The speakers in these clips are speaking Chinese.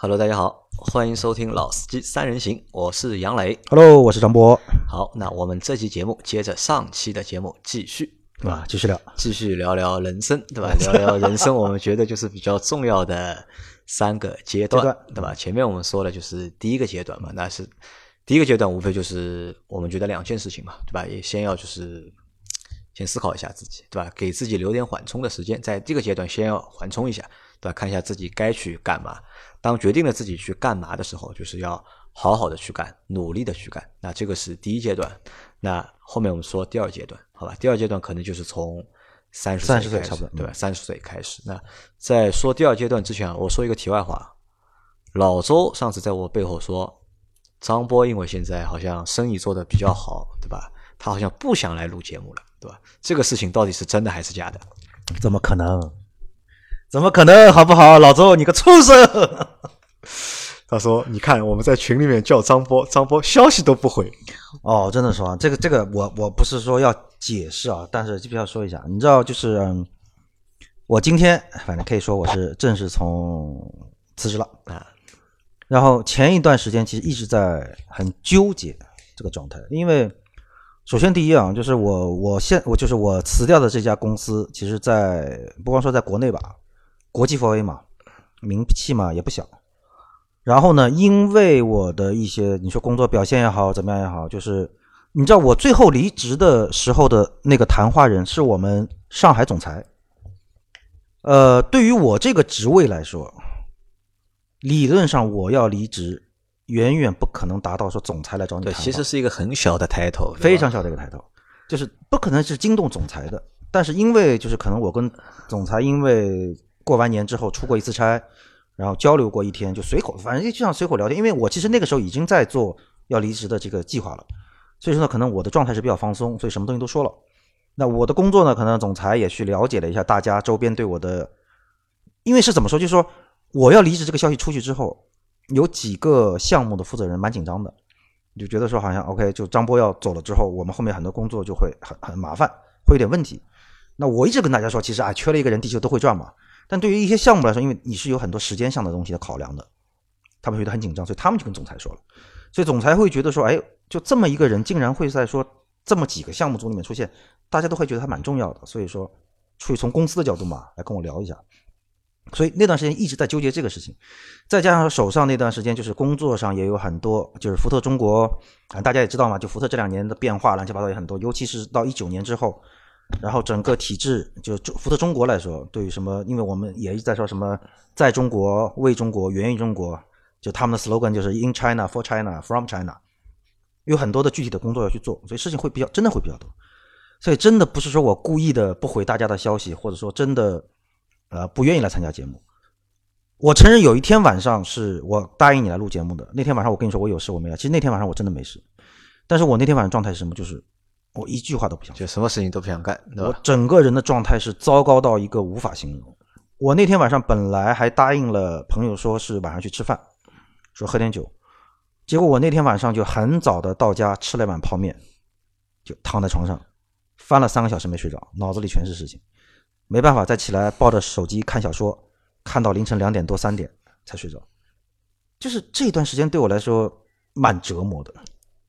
Hello，大家好，欢迎收听老司机三人行，我是杨磊。 Hello，我是张波。 好，那我们这期节目接着上期的节目继续，对吧？继续聊聊人生，对吧？聊聊人生，我们觉得就是比较重要的3个阶段，对吧？前面我们说了就是第一个阶段嘛，那是第一个阶段无非就是我们觉得2件事情嘛，对吧？也先要就是先思考一下自己，对吧？给自己留点缓冲的时间，在这个阶段先要缓冲一下，对吧？看一下自己该去干嘛。当决定了自己去干嘛的时候，就是要好好的去干，努力的去干。那这个是第一阶段。那后面我们说第二阶段，好吧？第二阶段可能就是从30岁差不多， 对吧？30岁开始。那在说第二阶段之前，我说一个题外话。老周上次在我背后说，张波因为现在好像生意做得比较好，对吧？他好像不想来录节目了，对吧？这个事情到底是真的还是假的？ 怎么可能？好不好？老周，你个畜生！ 他说：“你看，我们在群里面叫张波，张波消息都不回。” 哦，真的说啊，这个我不是说要解释啊，但是必须要说一下。你知道，就是我今天反正可以说我是正式从辞职了啊。然后前一段时间其实一直在很纠结这个状态，因为首先第一啊，就是我辞掉的这家公司，其实在不光说在国内吧，国际 4A 嘛，名气嘛也不小。然后呢，因为我的一些你说工作表现也好，怎么样也好，就是你知道我最后离职的时候的那个谈话人是我们上海总裁。对于我这个职位来说，理论上我要离职，远远不可能达到说总裁来找你谈话。 对，其实是一个很小的title， 非常小的一个title，就是不可能是惊动总裁的。但是因为就是可能我跟总裁因为过完年之后出过一次差，然后交流过一天，就随口，反正就像随口聊天。因为我其实那个时候已经在做要离职的这个计划了，所以说呢，可能我的状态是比较放松，所以什么东西都说了。那我的工作呢，可能总裁也去了解了一下大家周边对我的，因为是怎么说，就是说我要离职这个消息出去之后，有几个项目的负责人蛮紧张的，就觉得说好像 OK， 就张波要走了之后，我们后面很多工作就会很麻烦，会有点问题。那我一直跟大家说，其实缺了一个人地球都会转嘛。但对于一些项目来说，因为你是有很多时间上的东西的考量的，他们觉得很紧张，所以他们就跟总裁说了。所以总裁会觉得说，哎，就这么一个人竟然会在说这么几个项目组里面出现，大家都会觉得他蛮重要的，所以说出于从公司的角度嘛，来跟我聊一下。所以那段时间一直在纠结这个事情，再加上手上那段时间就是工作上也有很多，就是福特中国大家也知道嘛，就福特这2年的变化乱七八糟也很多，尤其是到19年之后，然后整个体制就福特中国来说，对于什么，因为我们也一直在说什么在中国、为中国、源于中国，就他们的 slogan 就是 in China, for China, from China， 有很多的具体的工作要去做，所以事情真的会比较多。所以真的不是说我故意的不回大家的消息，或者说真的不愿意来参加节目。我承认有一天晚上是我答应你来录节目的，那天晚上我跟你说我有事我没来，其实那天晚上我真的没事，但是我那天晚上状态是什么，就是我一句话都不想说， 就什么事情都不想干，对吧？ 我整个人的状态是糟糕到一个无法形容。我那天晚上本来还答应了朋友说是晚上去吃饭，说喝点酒，结果我那天晚上就很早的到家吃了一碗泡面，就躺在床上翻了3个小时没睡着，脑子里全是事情，没办法再起来抱着手机看小说，看到凌晨2点多3点才睡着。就是这段时间对我来说蛮折磨的。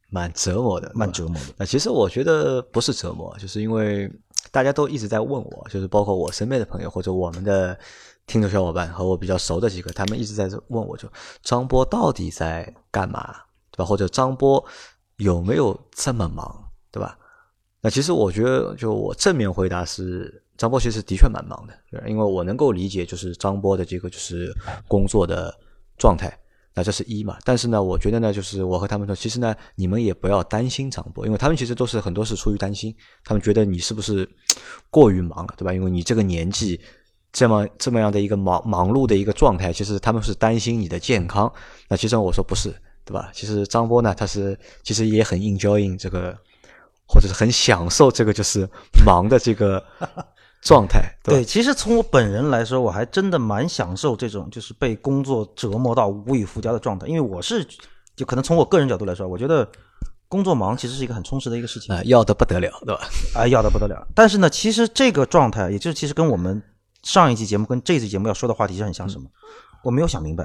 那其实我觉得不是折磨，就是因为大家都一直在问我，就是包括我身边的朋友或者我们的听众小伙伴和我比较熟的几个，他们一直在问我，就张波到底在干嘛，对吧？或者张波有没有这么忙，对吧？那其实我觉得，就我正面回答是，张波其实的确蛮忙的，因为我能够理解就是张波的这个就是工作的状态。那这是一嘛，但是呢，我觉得呢，就是我和他们说，其实呢，你们也不要担心张波，因为他们其实都是很多是出于担心，他们觉得你是不是过于忙了，对吧？因为你这个年纪，这么样的一个忙碌的一个状态，其实他们是担心你的健康。那其实我说不是，对吧？其实张波呢，他是其实也很 enjoying 这个，或者是很享受这个就是忙的这个状态。 对，其实从我本人来说，我还真的蛮享受这种就是被工作折磨到无以复加的状态，因为我是就可能从我个人角度来说，我觉得工作忙其实是一个很充实的一个事情， 要得不得了，对吧？ 要得不得了。但是呢，其实这个状态，也就是其实跟我们上一期节目跟这期节目要说的话题是很像什么？我没有想明白，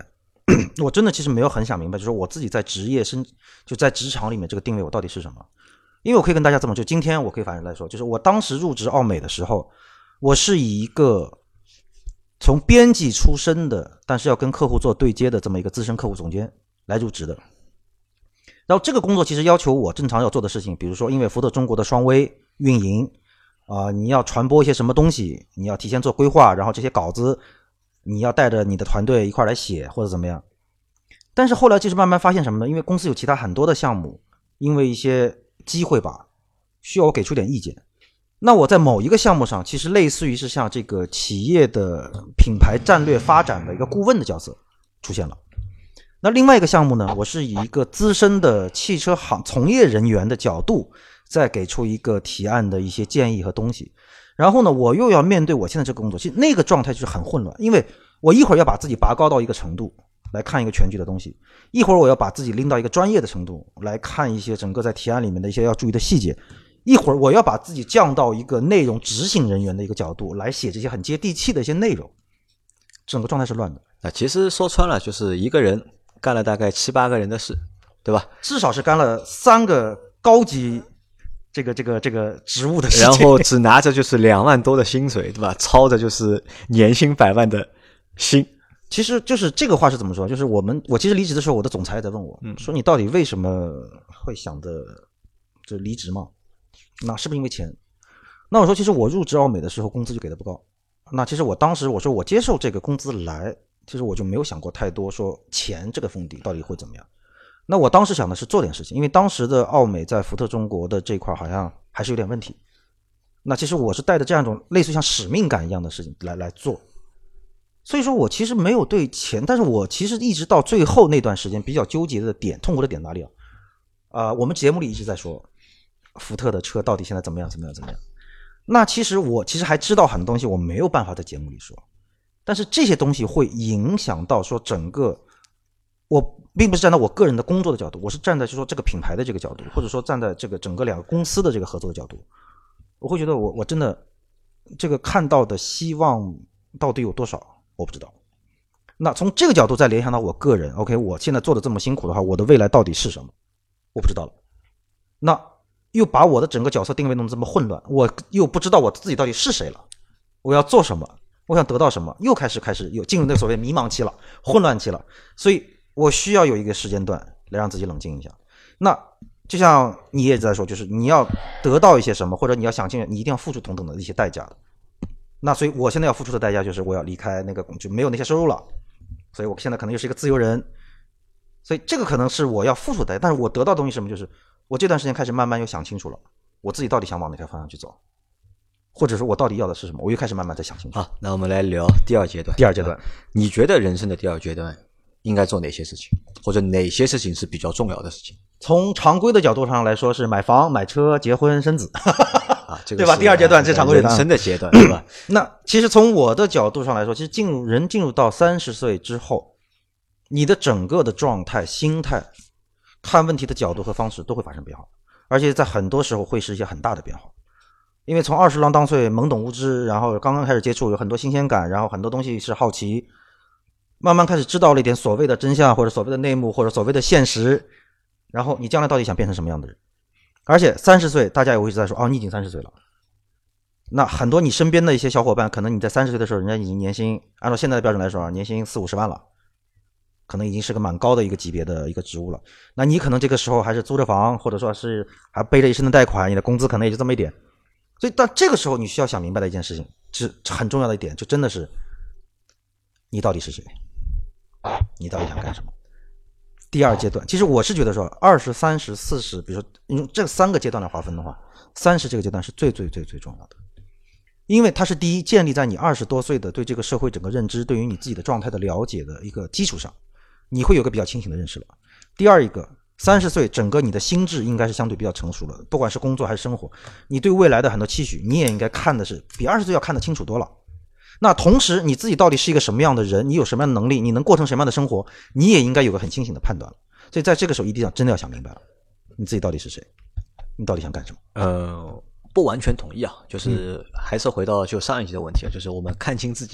我真的其实没有很想明白，就是我自己在就在职场里面这个定位我到底是什么。因为我可以跟大家这么就今天我可以反正来说，就是我当时入职奥美的时候，我是以一个从编辑出身的，但是要跟客户做对接的这么一个资深客户总监来入职的。然后这个工作其实要求我正常要做的事情，比如说因为福特中国的双微运营你要传播一些什么东西，你要提前做规划，然后这些稿子你要带着你的团队一块来写或者怎么样。但是后来就是慢慢发现什么呢？因为公司有其他很多的项目，因为一些机会吧，需要我给出点意见。那我在某一个项目上，其实类似于是像这个企业的品牌战略发展的一个顾问的角色出现了。那另外一个项目呢，我是以一个资深的汽车行从业人员的角度，再给出一个提案的一些建议和东西。然后呢，我又要面对我现在这个工作，其实那个状态就是很混乱，因为我一会儿要把自己拔高到一个程度来看一个全局的东西，一会儿我要把自己拎到一个专业的程度来看一些整个在提案里面的一些要注意的细节，一会儿我要把自己降到一个内容执行人员的一个角度来写这些很接地气的一些内容，整个状态是乱的。 那其实说穿了，就是一个人干了大概7、8个人的事，对吧？ 至少是干了3个高级这个职务的事情， 然后只拿着就是2万多的薪水，对吧？操着就是年薪100万的心。 其实就是这个话是怎么说？就是我其实离职的时候，我的总裁也在问我，说你到底为什么会想着就离职嘛？那是不是因为钱？那我说，其实我入职奥美的时候工资就给的不高。那其实我当时我说我接受这个工资来，其实我就没有想过太多说钱这个封底到底会怎么样。那我当时想的是做点事情，因为当时的奥美在福特中国的这块好像还是有点问题。那其实我是带着这样一种类似像使命感一样的事情来做。所以说我其实没有对钱，但是我其实一直到最后那段时间比较纠结的点，痛苦的点哪里我们节目里一直在说福特的车到底现在怎么样。那其实我还知道很多东西我没有办法在节目里说，但是这些东西会影响到说整个，我并不是站在我个人的工作的角度，我是站在说这个品牌的这个角度，或者说站在这个整个2个公司的这个合作的角度，我会觉得我真的这个看到的希望到底有多少我不知道。那从这个角度再联想到我个人 OK， 我现在做的这么辛苦的话，我的未来到底是什么我不知道了。那又把我的整个角色定位弄得这么混乱，我又不知道我自己到底是谁了，我要做什么，我想得到什么，又开始又进入那个所谓迷茫期了，混乱期了。所以我需要有一个时间段来让自己冷静一下。那就像你也在说，就是你要得到一些什么，或者你要想清楚，你一定要付出同等的一些代价的。那所以我现在要付出的代价就是我要离开那个就没有那些收入了，所以我现在可能又是一个自由人，所以这个可能是我要付出的代价。但是我得到的东西什么，就是我这段时间开始慢慢又想清楚了，我自己到底想往哪条方向去走，或者说我到底要的是什么，我又开始慢慢在想清楚。 好，那我们来聊第二阶段。你觉得人生的第二阶段应该做哪些事情，或者哪些事情是比较重要的事情？ 从常规的角度上来说，是买房、买车、结婚、生子这个对吧？第二阶段，这常规人生的阶段，对吧？ 那其实从我的角度上来说，其实进入到30岁之后，你的整个的状态、心态、看问题的角度和方式都会发生变化，而且在很多时候会是一些很大的变化。因为从20郎当岁懵懂无知，然后刚刚开始接触，有很多新鲜感，然后很多东西是好奇，慢慢开始知道了一点所谓的真相，或者所谓的内幕，或者所谓的现实，然后你将来到底想变成什么样的人？而且30岁大家也会一直在说，你已经30岁了。那很多你身边的一些小伙伴，可能你在30岁的时候，人家已经年薪按照现在的标准来说年薪40-50万了，可能已经是个蛮高的一个级别的一个职务了。那你可能这个时候还是租着房，或者说是还背着一身的贷款，你的工资可能也就这么一点。所以到这个时候你需要想明白的一件事情，是很重要的一点，就真的是你到底是谁，你到底想干什么。第二阶段，其实我是觉得说20、30、40，比如说用这3个阶段来划分的话，30这个阶段是最重要的，因为它是第一，建立在你20多岁的对这个社会整个认知，对于你自己的状态的了解的一个基础上，你会有个比较清醒的认识了。第二一个，30岁整个你的心智应该是相对比较成熟了，不管是工作还是生活，你对未来的很多期许，你也应该看的是比20岁要看得清楚多了。那同时你自己到底是一个什么样的人，你有什么样的能力，你能过成什么样的生活，你也应该有个很清醒的判断了。所以在这个时候一定要真的要想明白了，你自己到底是谁，你到底想干什么。 不完全同意就是还是回到就上一集的问题，就是我们看清自己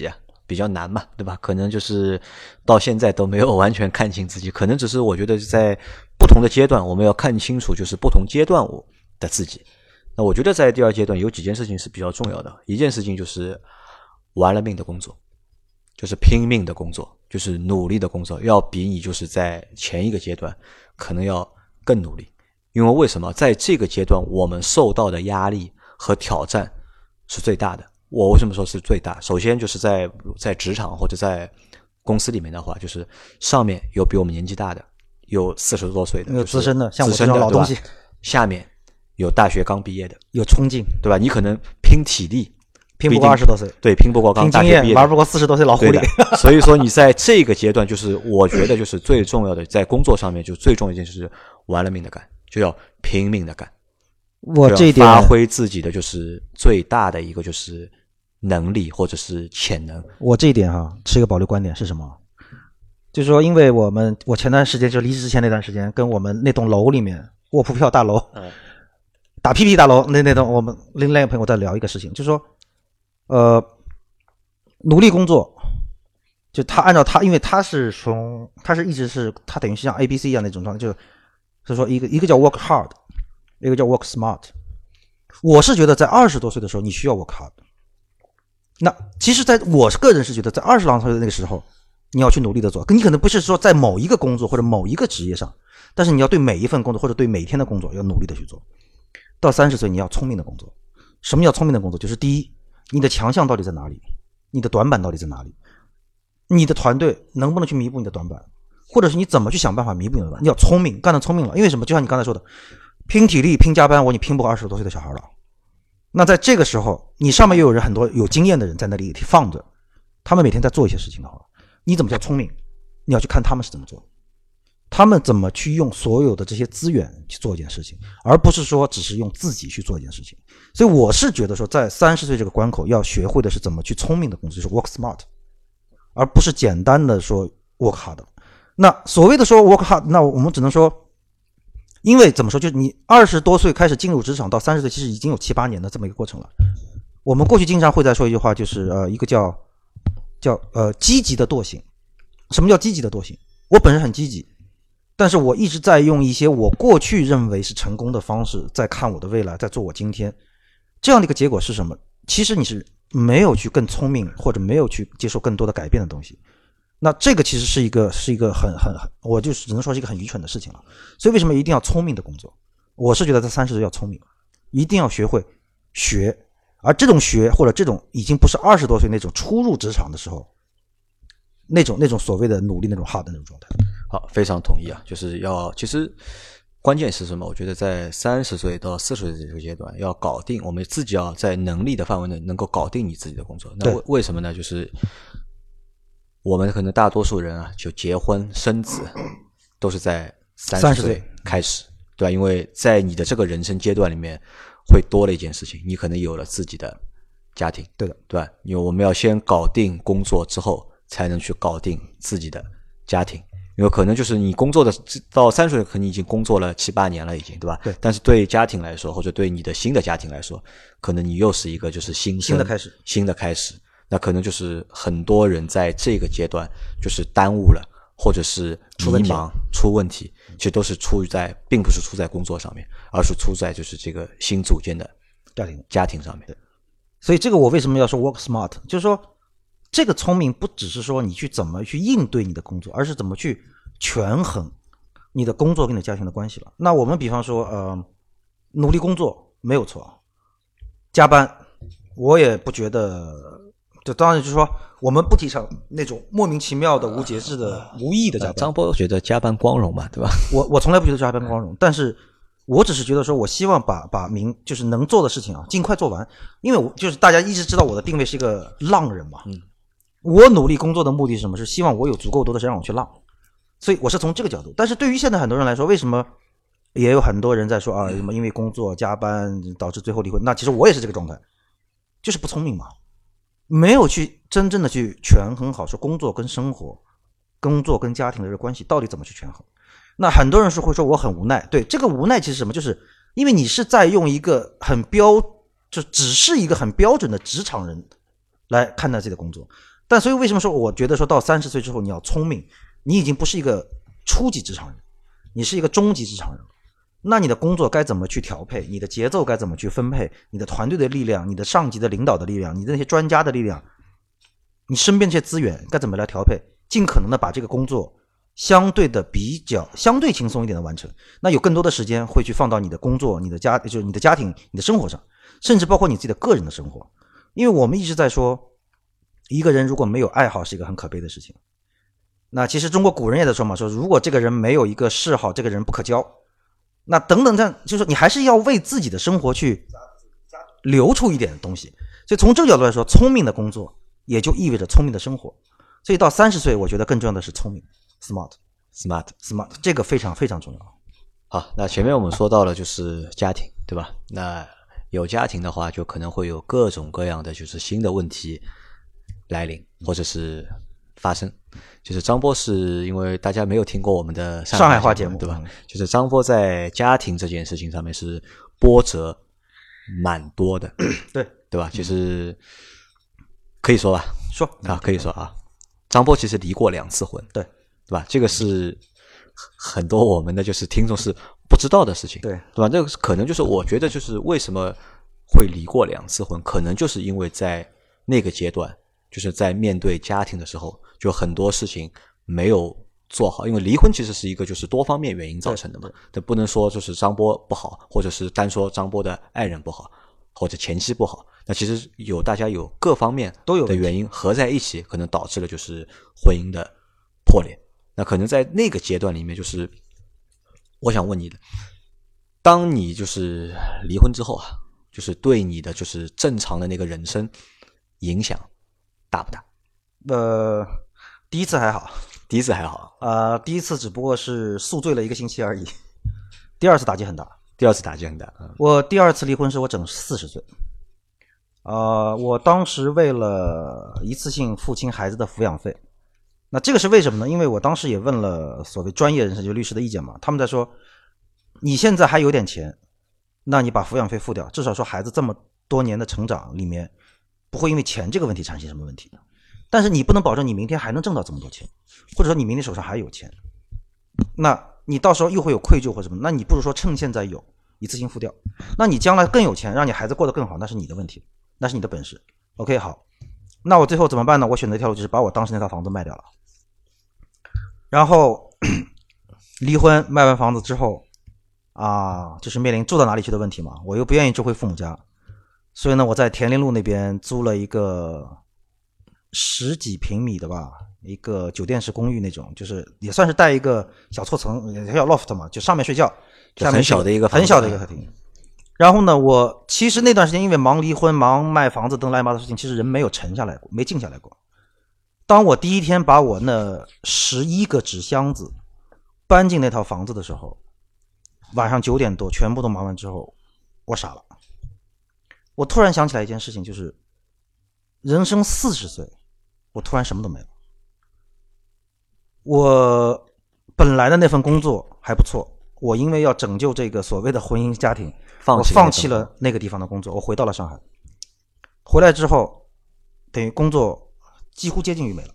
比较难嘛，对吧？可能就是到现在都没有完全看清自己，可能只是我觉得在不同的阶段，我们要看清楚就是不同阶段我的自己。那我觉得在第二阶段有几件事情是比较重要的，一件事情就是玩了命的工作，就是拼命的工作，就是努力的工作，要比你就是在前一个阶段可能要更努力。因为为什么在这个阶段我们受到的压力和挑战是最大的？我为什么说是最大？首先就是在职场或者在公司里面的话，就是上面有比我们年纪大的，有40多岁的， 有资深的，像我这种老东西， 下面有大学刚毕业的， 有冲劲， 对吧？你可能拼体力， 拼不过20多岁， 对，拼不过刚大学毕业的， 玩不过40多岁老狐狸。 所以说你在这个阶段，就是我觉得就是最重要的，在工作上面就最重要一件事是玩了命的干，就要拼命的干。 我这一点发挥自己的就是最大的一个就是能力或者是潜能。 我这一点持一个保留观点是什么？就是说，因为我前段时间就离职之前那段时间，跟我们那栋楼里面卧铺票大楼，打屁屁大楼那栋，我们另外一个朋友在聊一个事情，就是说，努力工作，就他按照他，因为他是一直是他等于是像 ABC 一样那种状态，就是说一个叫 work hard， 一个叫 work smart。我是觉得在20多岁的时候你需要 work hard。那其实我个人是觉得在20来岁的那个时候你要去努力的做，你可能不是说在某一个工作或者某一个职业上，但是你要对每一份工作或者对每天的工作要努力的去做。到30岁你要聪明的工作。什么叫聪明的工作？就是第一，你的强项到底在哪里，你的短板到底在哪里，你的团队能不能去弥补你的短板，或者是你怎么去想办法弥补你的短板。你要聪明，干得聪明了。因为什么？就像你刚才说的，拼体力拼加班，你拼不过20多岁的小孩了。那在这个时候你上面又有人很多有经验的人在那里放着，他们每天在做一些事情的话，你怎么叫聪明？你要去看他们是怎么做，他们怎么去用所有的这些资源去做一件事情，而不是说只是用自己去做一件事情。所以我是觉得说在30岁这个关口要学会的是怎么去聪明的工作，就是 work smart， 而不是简单的说 work hard。 那所谓的说 work hard， 那我们只能说，因为怎么说，就是你20多岁开始进入职场到30岁其实已经有7、8年的这么一个过程了。我们过去经常会在说一句话，就是一个叫积极的惰性。什么叫积极的惰性？我本身很积极，但是我一直在用一些我过去认为是成功的方式在看我的未来，在做我今天。这样的一个结果是什么？其实你是没有去更聪明，或者没有去接受更多的改变的东西。那这个其实是一个很我就只能说是一个很愚蠢的事情了。所以为什么一定要聪明的工作？我是觉得在30岁要聪明，一定要学会学。而这种学，或者这种已经不是20多岁那种初入职场的时候那种所谓的努力那种 hard 的那种状态。 好，非常同意啊，就是其实关键是什么？我觉得在30岁到40岁这个阶段要搞定，我们自己要在能力的范围内能够搞定你自己的工作。那为什么呢？就是我们可能大多数人啊，就结婚生子都是在30岁开始，对吧？因为在你的这个人生阶段里面会多了一件事情，你可能有了自己的家庭， 对的， 对吧？因为我们要先搞定工作之后才能去搞定自己的家庭。因为可能就是你工作的到30岁可能已经工作了7、8年了已经，对吧？ 对。 但是对家庭来说，或者对你的新的家庭来说，可能你又是一个就是新的开始。那可能就是很多人在这个阶段就是耽误了，或者是迷茫出问题，其实都是并不是出在工作上面，而是出在就是这个新组建的家庭上面。 所以这个我为什么要说 work smart， 就是说这个聪明不只是说你去怎么去应对你的工作，而是怎么去权衡你的工作跟你的家庭的关系了。那我们比方说努力工作没有错，加班我也不觉得，这当然就是说我们不提倡那种莫名其妙的无节制的无意义的加班。 张波觉得加班光荣嘛，对吧？ 我从来不觉得加班光荣，但是我只是觉得说我希望把就是能做的事情尽快做完。因为就是大家一直知道我的定位是一个浪人嘛，我努力工作的目的是什么？是希望我有足够多的时间让我去浪，所以我是从这个角度。但是对于现在很多人来说，为什么也有很多人在说什么因为工作加班导致最后离婚？那其实我也是这个状态，就是不聪明嘛，没有去真正的去权衡好说工作跟生活、工作跟家庭的这个关系到底怎么去权衡。那很多人是会说我很无奈，对，这个无奈其实什么？就是因为你是在用一个就只是一个很标准的职场人来看待自己的工作。 但所以为什么说我觉得说到30岁之后你要聪明，你已经不是一个初级职场人，你是一个中级职场人，那你的工作该怎么去调配，你的节奏该怎么去分配，你的团队的力量，你的上级的领导的力量，你的那些专家的力量，你身边这些资源该怎么来调配，尽可能的把这个工作相对轻松一点的完成，那有更多的时间会去放到你的工作、就是你的家庭、你的生活上，甚至包括你自己的个人的生活。因为我们一直在说，一个人如果没有爱好是一个很可悲的事情。那其实中国古人也在说嘛，说如果这个人没有一个嗜好，这个人不可交。那等等，就是你还是要为自己的生活去留出一点东西。所以从这个角度来说，聪明的工作也就意味着聪明的生活。所以到30岁，我觉得更重要的是聪明 ，smart， 这个非常非常重要。 好，那前面我们说到了就是家庭，对吧？那有家庭的话，就可能会有各种各样的就是新的问题来临，或者是发生。就是张波是因为大家没有听过我们的上海话节目， 对吧？就是张波在家庭这件事情上面是波折蛮多的，对吧？就是可以说吧，可以说啊，张波其实离过2次婚， 对吧？这个是很多我们的就是听众是不知道的事情， 对吧？这个可能就是我觉得就是为什么会离过2次婚，可能就是因为在那个阶段，就是在面对家庭的时候，就很多事情没有做好，因为离婚其实是一个就是多方面原因造成的嘛，这不能说就是张波不好，或者是单说张波的爱人不好，或者前妻不好，那其实大家有各方面都有的原因合在一起，可能导致了就是婚姻的破裂。那可能在那个阶段里面，就是我想问你的，当你就是离婚之后啊，就是对你的就是正常的那个人生影响大不大？ 第一次还好， 第一次只不过是宿醉了1个星期而已，第二次打击很大。 我第2次离婚是我整40岁，我当时为了一次性付清孩子的抚养费，那这个是为什么呢？因为我当时也问了所谓专业人士，就律师的意见嘛，他们在说，你现在还有点钱，那你把抚养费付掉，至少说孩子这么多年的成长里面，不会因为钱这个问题产生什么问题。但是你不能保证你明天还能挣到这么多钱，或者说你明天手上还有钱，那你到时候又会有愧疚或什么，那你不如说趁现在有一次性付掉，那你将来更有钱，让你孩子过得更好，那是你的问题，那是你的本事。 OK 好，那我最后怎么办呢？我选择一条路，就是把我当时那套房子卖掉了，然后离婚，卖完房子之后就是面临住到哪里去的问题嘛，我又不愿意住回父母家，所以呢我在田林路那边租了一个10几平米的吧，一个酒店式公寓那种，就是也算是带一个小错层，也叫 loft 嘛，就上面睡觉，下面很小的一个很小的一个客厅。然后呢，我其实那段时间因为忙离婚、忙卖房子等乱七八糟的事情，其实人没有沉下来过，没静下来过。当我第一天把我那11个纸箱子搬进那套房子的时候，晚上9点多全部都忙完之后，我傻了。我突然想起来一件事情，就是人生40岁，我突然什么都没了。我本来的那份工作还不错，我因为要拯救这个所谓的婚姻家庭，我放弃了那个地方的工作，我回到了上海。回来之后，等于工作几乎接近于没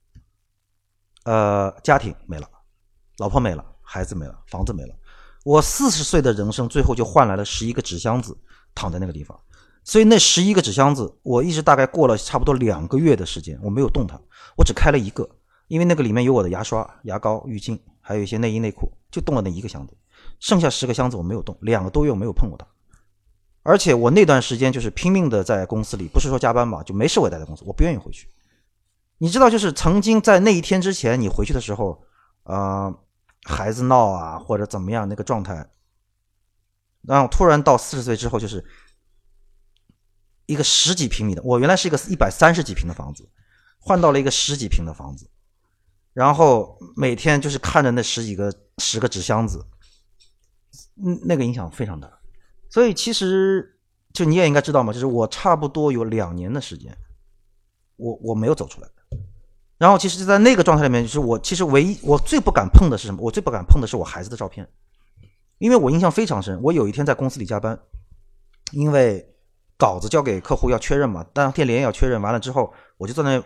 了，家庭没了，老婆没了，孩子没了，房子没了。我40岁的人生最后就换来了11个纸箱子躺在那个地方。所以那11个纸箱子，我一直大概过了差不多2个月的时间，我没有动它，我只开了1个，因为那个里面有我的牙刷、牙膏、浴巾，还有一些内衣内裤，就动了那1个箱子。剩下10个箱子我没有动，2个多月我没有碰过它。而且我那段时间就是拼命的在公司里，不是说加班吧，就没事我也待在公司，我不愿意回去。你知道，就是曾经在那一天之前，你回去的时候，孩子闹啊或者怎么样那个状态，然后突然到40岁之后，就是一个10几平米的，我原来是一个130几平的房子，换到了一个10几平的房子，然后每天就是看着那10个纸箱子，那个影响非常大。所以其实就你也应该知道嘛，就是我差不多有2年的时间，我没有走出来。然后其实就在那个状态里面，就是我其实我最不敢碰的是什么？我最不敢碰的是我孩子的照片，因为我印象非常深。我有一天在公司里加班，因为稿子交给客户要确认嘛，当天连夜要确认完了之后，我就在那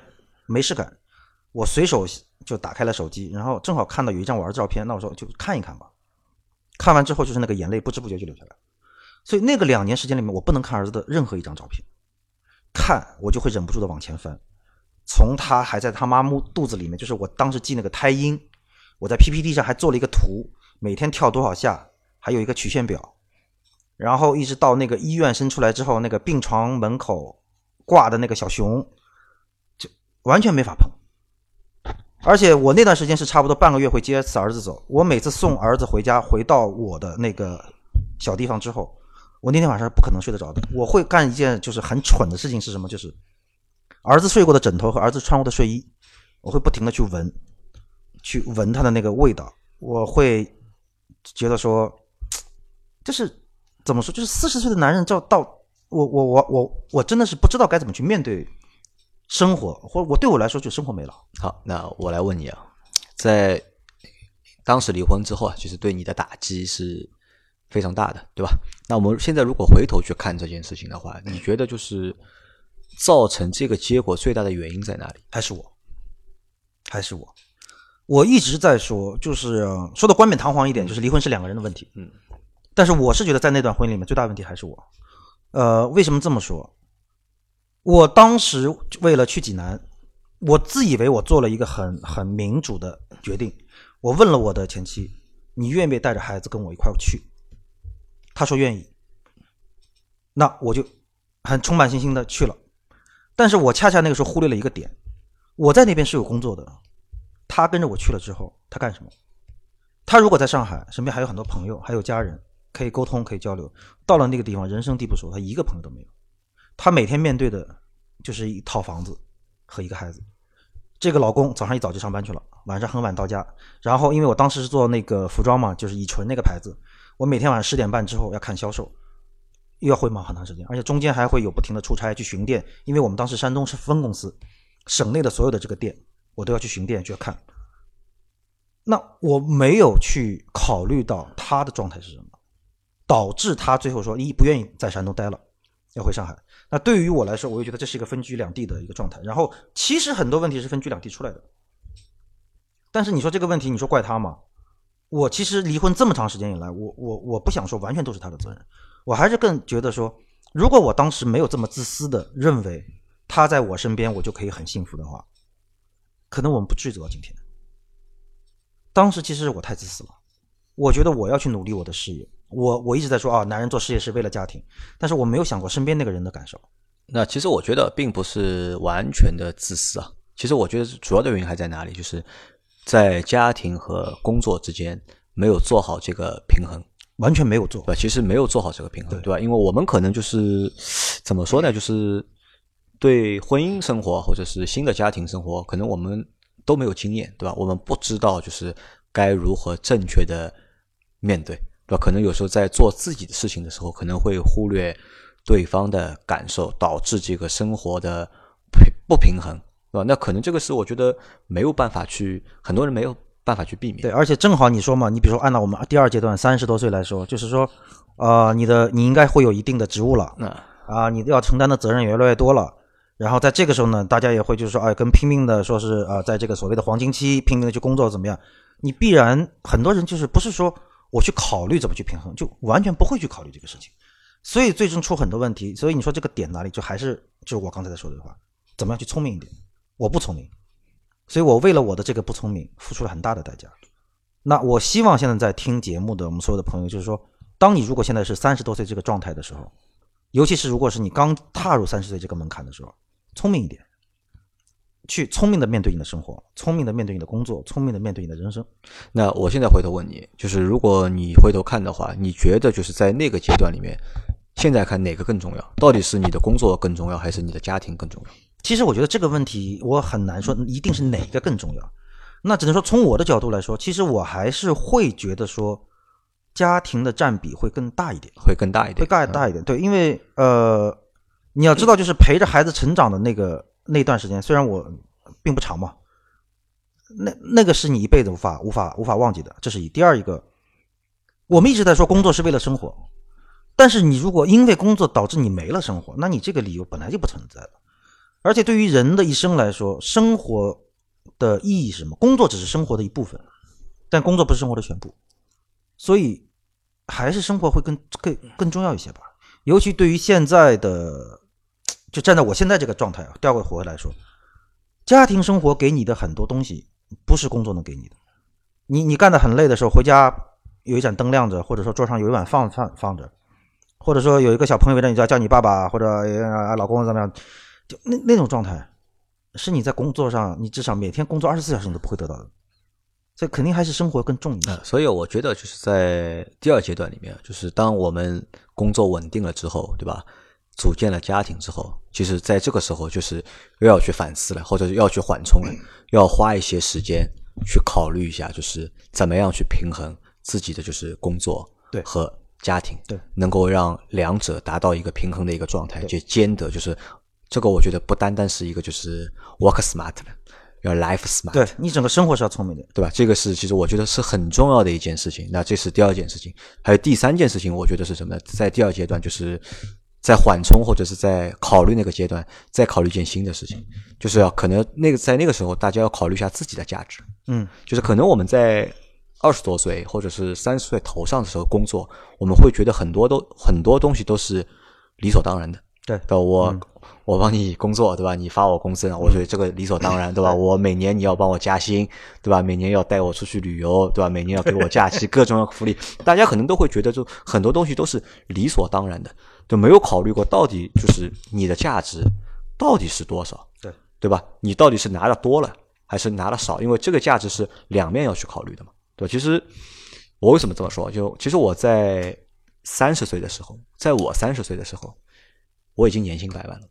没事干，我随手就打开了手机，然后正好看到有一张我儿子照片，那我说就看一看吧。看完之后就是那个眼泪不知不觉就流下来，所以那个2年时间里面，我不能看儿子的任何一张照片，看我就会忍不住的往前翻，从他还在他妈肚子里面，就是我当时记那个胎音，我在 PPT 上还做了一个图，每天跳多少下，还有一个曲线表，然后一直到那个医院生出来之后，那个病床门口挂的那个小熊，就完全没法碰。而且我那段时间是差不多半个月会接次儿子走，我每次送儿子回家，回到我的那个小地方之后，我那天晚上不可能睡得着的。我会干一件就是很蠢的事情是什么？就是儿子睡过的枕头和儿子穿过的睡衣，我会不停的去闻他的那个味道。我会觉得说，就是怎么说，就是40岁的男人到我真的是不知道该怎么去面对生活，或我对我来说就生活没了。 好，那我来问你啊，在当时离婚之后啊，其实对你的打击是非常大的，对吧？那我们现在如果回头去看这件事情的话，你觉得就是造成这个结果最大的原因在哪里？ 还是我。我一直在说，就是说的冠冕堂皇一点，就是离婚是2个人的问题。但是我是觉得在那段婚姻里面最大的问题还是我。为什么这么说？我当时为了去济南，我自以为我做了一个很民主的决定。我问了我的前妻，你愿不愿意带着孩子跟我一块去？她说愿意。那我就很充满信心的去了。但是我恰恰那个时候忽略了一个点，我在那边是有工作的。他跟着我去了之后，他干什么？他如果在上海，身边还有很多朋友，还有家人，可以沟通，可以交流。到了那个地方，人生地不熟，他一个朋友都没有。他每天面对的就是一套房子和一个孩子。这个老公早上一早就上班去了，晚上很晚到家。然后因为我当时是做那个服装嘛，就是以纯那个牌子，我每天晚上10点半之后要看销售，又要会忙很长时间，而且中间还会有不停的出差去巡店，因为我们当时山东是分公司，省内的所有的这个店我都要去巡店去看。那我没有去考虑到他的状态是什么，导致他最后说不愿意在山东待了，要回上海。那对于我来说，我又觉得这是一个分居两地的一个状态。然后其实很多问题是分居两地出来的，但是你说这个问题，你说怪他吗？我其实离婚这么长时间以来，我不想说完全都是他的责任，我还是更觉得说，如果我当时没有这么自私的认为他在我身边我就可以很幸福的话，可能我们不至于走到今天。当时其实我太自私了，我觉得我要去努力我的事业，我一直在说啊，男人做事业是为了家庭，但是我没有想过身边那个人的感受。 那其实我觉得并不是完全的自私啊，其实我觉得主要的原因还在哪里，就是在家庭和工作之间没有做好这个平衡， 完全没有做， 对，其实没有做好这个平衡，对吧？因为我们可能就是怎么说呢，就是对婚姻生活或者是新的家庭生活，可能我们都没有经验，对吧？我们不知道就是该如何正确的面对，对吧？可能有时候在做自己的事情的时候，可能会忽略对方的感受，导致这个生活的不平衡，对吧？那可能这个是我觉得没有办法去，很多人没有办法去避免。 对，而且正好你说嘛，你比如说按照我们第二阶段30多岁来说，就是说，你应该会有一定的职务了，你要承担的责任也越来越多了。然后在这个时候呢，大家也会就是说，跟拼命的说是在这个所谓的黄金期拼命的去工作怎么样？你必然很多人就是不是说我去考虑怎么去平衡，就完全不会去考虑这个事情，所以最终出很多问题。所以你说这个点哪里，就还是就是我刚才在说的话，怎么样去聪明一点？我不聪明，所以我为了我的这个不聪明付出了很大的代价。那我希望现在在听节目的我们所有的朋友，就是说，当你如果现在是30多岁这个状态的时候，尤其是如果是你刚踏入30岁这个门槛的时候，聪明一点，去聪明的面对你的生活，聪明的面对你的工作，聪明的面对你的人生。 那我现在回头问你，就是如果你回头看的话，你觉得就是在那个阶段里面，现在看哪个更重要？到底是你的工作更重要，还是你的家庭更重要？ 其实我觉得这个问题我很难说一定是哪个更重要，那只能说从我的角度来说，其实我还是会觉得说家庭的占比会更大一点， 会更大一点， 会更大一点。对，因为你要知道，就是陪着孩子成长的那段时间，虽然我并不长嘛，那个是你一辈子无法忘记的，这是一。第二一个，我们一直在说工作是为了生活，但是你如果因为工作导致你没了生活，那你这个理由本来就不存在的。 而且对于人的一生来说，生活的意义是什么？工作只是生活的一部分，但工作不是生活的全部，所以还是生活会更重要一些吧。尤其对于现在的，就站在我现在这个状态啊，调回来说，家庭生活给你的很多东西不是工作能给你的。你干得很累的时候，回家有一盏灯亮着，或者说桌上有一碗饭放着，或者说有一个小朋友围着你叫你爸爸，或者老公怎么样，就那种状态，是你在工作上，你至少每天工作24小时你都不会得到的。所以肯定还是生活更重一些。 所以我觉得就是在第二阶段里面，就是当我们工作稳定了之后，对吧？组建了家庭之后，其实在这个时候就是又要去反思了，或者要去缓冲了，要花一些时间去考虑一下，就是怎么样去平衡自己的就是工作和家庭， 对， 能够让两者达到一个平衡的一个状态，就兼得就是这个，我觉得不单单是一个就是 work smart 了。要 life smart， 对，你整个生活是要聪明的， 对吧？这个是其实我觉得是很重要的一件事情。那这是第二件事情，还有第三件事情，我觉得是什么呢？在第二阶段，就是在缓冲或者是在考虑那个阶段，再考虑一件新的事情，就是要可能在那个时候，大家要考虑一下自己的价值。就是可能我们在20多岁或者是30岁头上的时候工作，我们会觉得很多东西都是理所当然的。 对， 我帮你工作，对吧？你发我工资，我觉得这个理所当然，对吧？我每年你要帮我加薪，对吧？每年要带我出去旅游，对吧？每年要给我假期，各种福利，大家可能都会觉得就很多东西都是理所当然的，就没有考虑过到底就是你的价值到底是多少，对吧？你到底是拿的多了还是拿的少？因为这个价值是两面要去考虑的嘛，对吧？其实我为什么这么说？其实我在30岁的时候，我已经年薪100万了。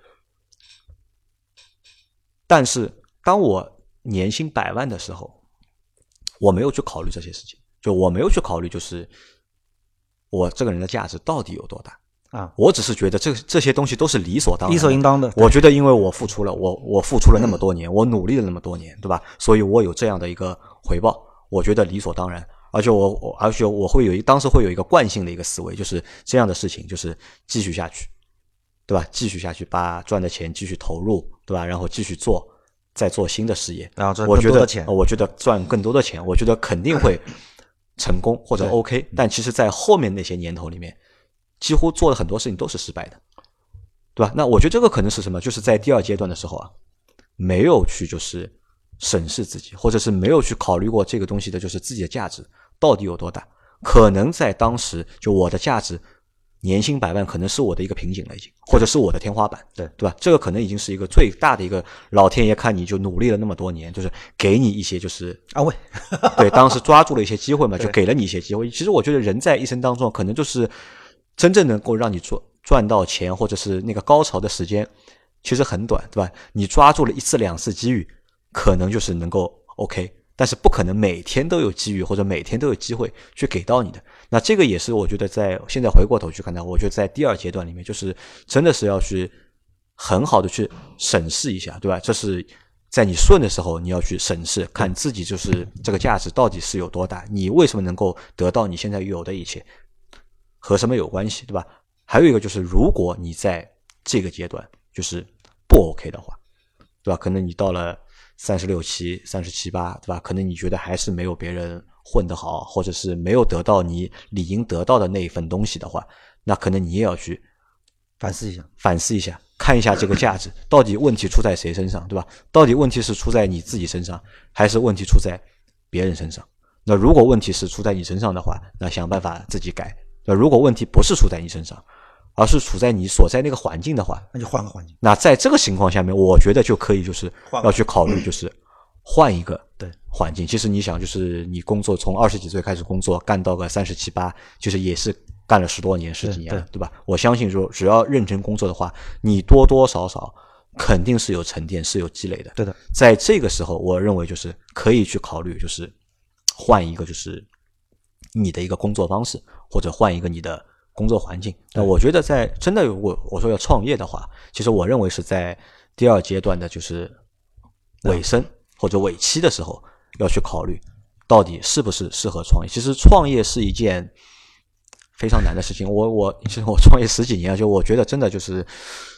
但是当我年薪100万的时候，我没有去考虑这些事情，就我没有去考虑就是我这个人的价值到底有多大啊？ 我只是觉得这些东西都是理所当然的， 理所应当的。 我觉得因为我付出了，我付出了那么多年，我努力了那么多年，对吧？所以我有这样的一个回报，我觉得理所当然。而且我会当时会有一个惯性的一个思维，就是这样的事情就是继续下去。对吧？继续下去，把赚的钱继续投入，对吧？然后继续再做新的事业， 然后赚更多的钱。 我觉得赚更多的钱，我觉得肯定会成功或者 OK。但其实，在后面那些年头里面，几乎做的很多事情都是失败的，对吧？那我觉得这个可能是什么？就是在第二阶段的时候啊，没有去就是审视自己，或者是没有去考虑过这个东西的，就是自己的价值到底有多大。可能在当时，就我的价值。年薪100万可能是我的一个瓶颈了，已经，或者是我的天花板，对吧？这个可能已经是一个最大的一个，老天爷看你就努力了那么多年，就是给你一些就是安慰， 对，当时抓住了一些机会嘛，就给了你一些机会。其实我觉得人在一生当中，可能就是真正能够让你赚到钱，或者是那个高潮的时间，其实很短，对吧？你抓住了1次2次机遇，可能就是能够 OK。但是不可能每天都有机遇或者每天都有机会去给到你的。那这个也是我觉得在现在回过头去看到，我觉得在第二阶段里面，就是真的是要去很好的去审视一下，对吧？这是在你顺的时候，你要去审视，看自己就是这个价值到底是有多大，你为什么能够得到你现在有的一切，和什么有关系，对吧？还有一个就是，如果你在这个阶段就是不 OK 的话，对吧？可能你到了36、7、37、8，对吧？可能你觉得还是没有别人混得好，或者是没有得到你理应得到的那一份东西的话，那可能你也要去反思一下， 看一下这个价值到底问题出在谁身上，对吧？到底问题是出在你自己身上，还是问题出在别人身上？那如果问题是出在你身上的话，那想办法自己改。那如果问题不是出在你身上，而是处在你所在那个环境的话， 那就换个环境。 那在这个情况下面，我觉得就可以就是要去考虑，就是换一个环境。其实你想，就是你工作从20几岁开始工作，干到个37、8，就是也是干了10多年、10几年了，对吧？我相信说，只要认真工作的话，你多多少少肯定是有沉淀、是有积累的。 对的， 在这个时候，我认为就是可以去考虑，就是换一个就是你的一个工作方式，或者换一个你的工作环境。那我觉得在真的我说要创业的话，其实我认为是在第二阶段的就是尾声或者尾期的时候要去考虑到底是不是适合创业。其实创业是一件非常难的事情，其实我创业10几年，就我觉得真的就是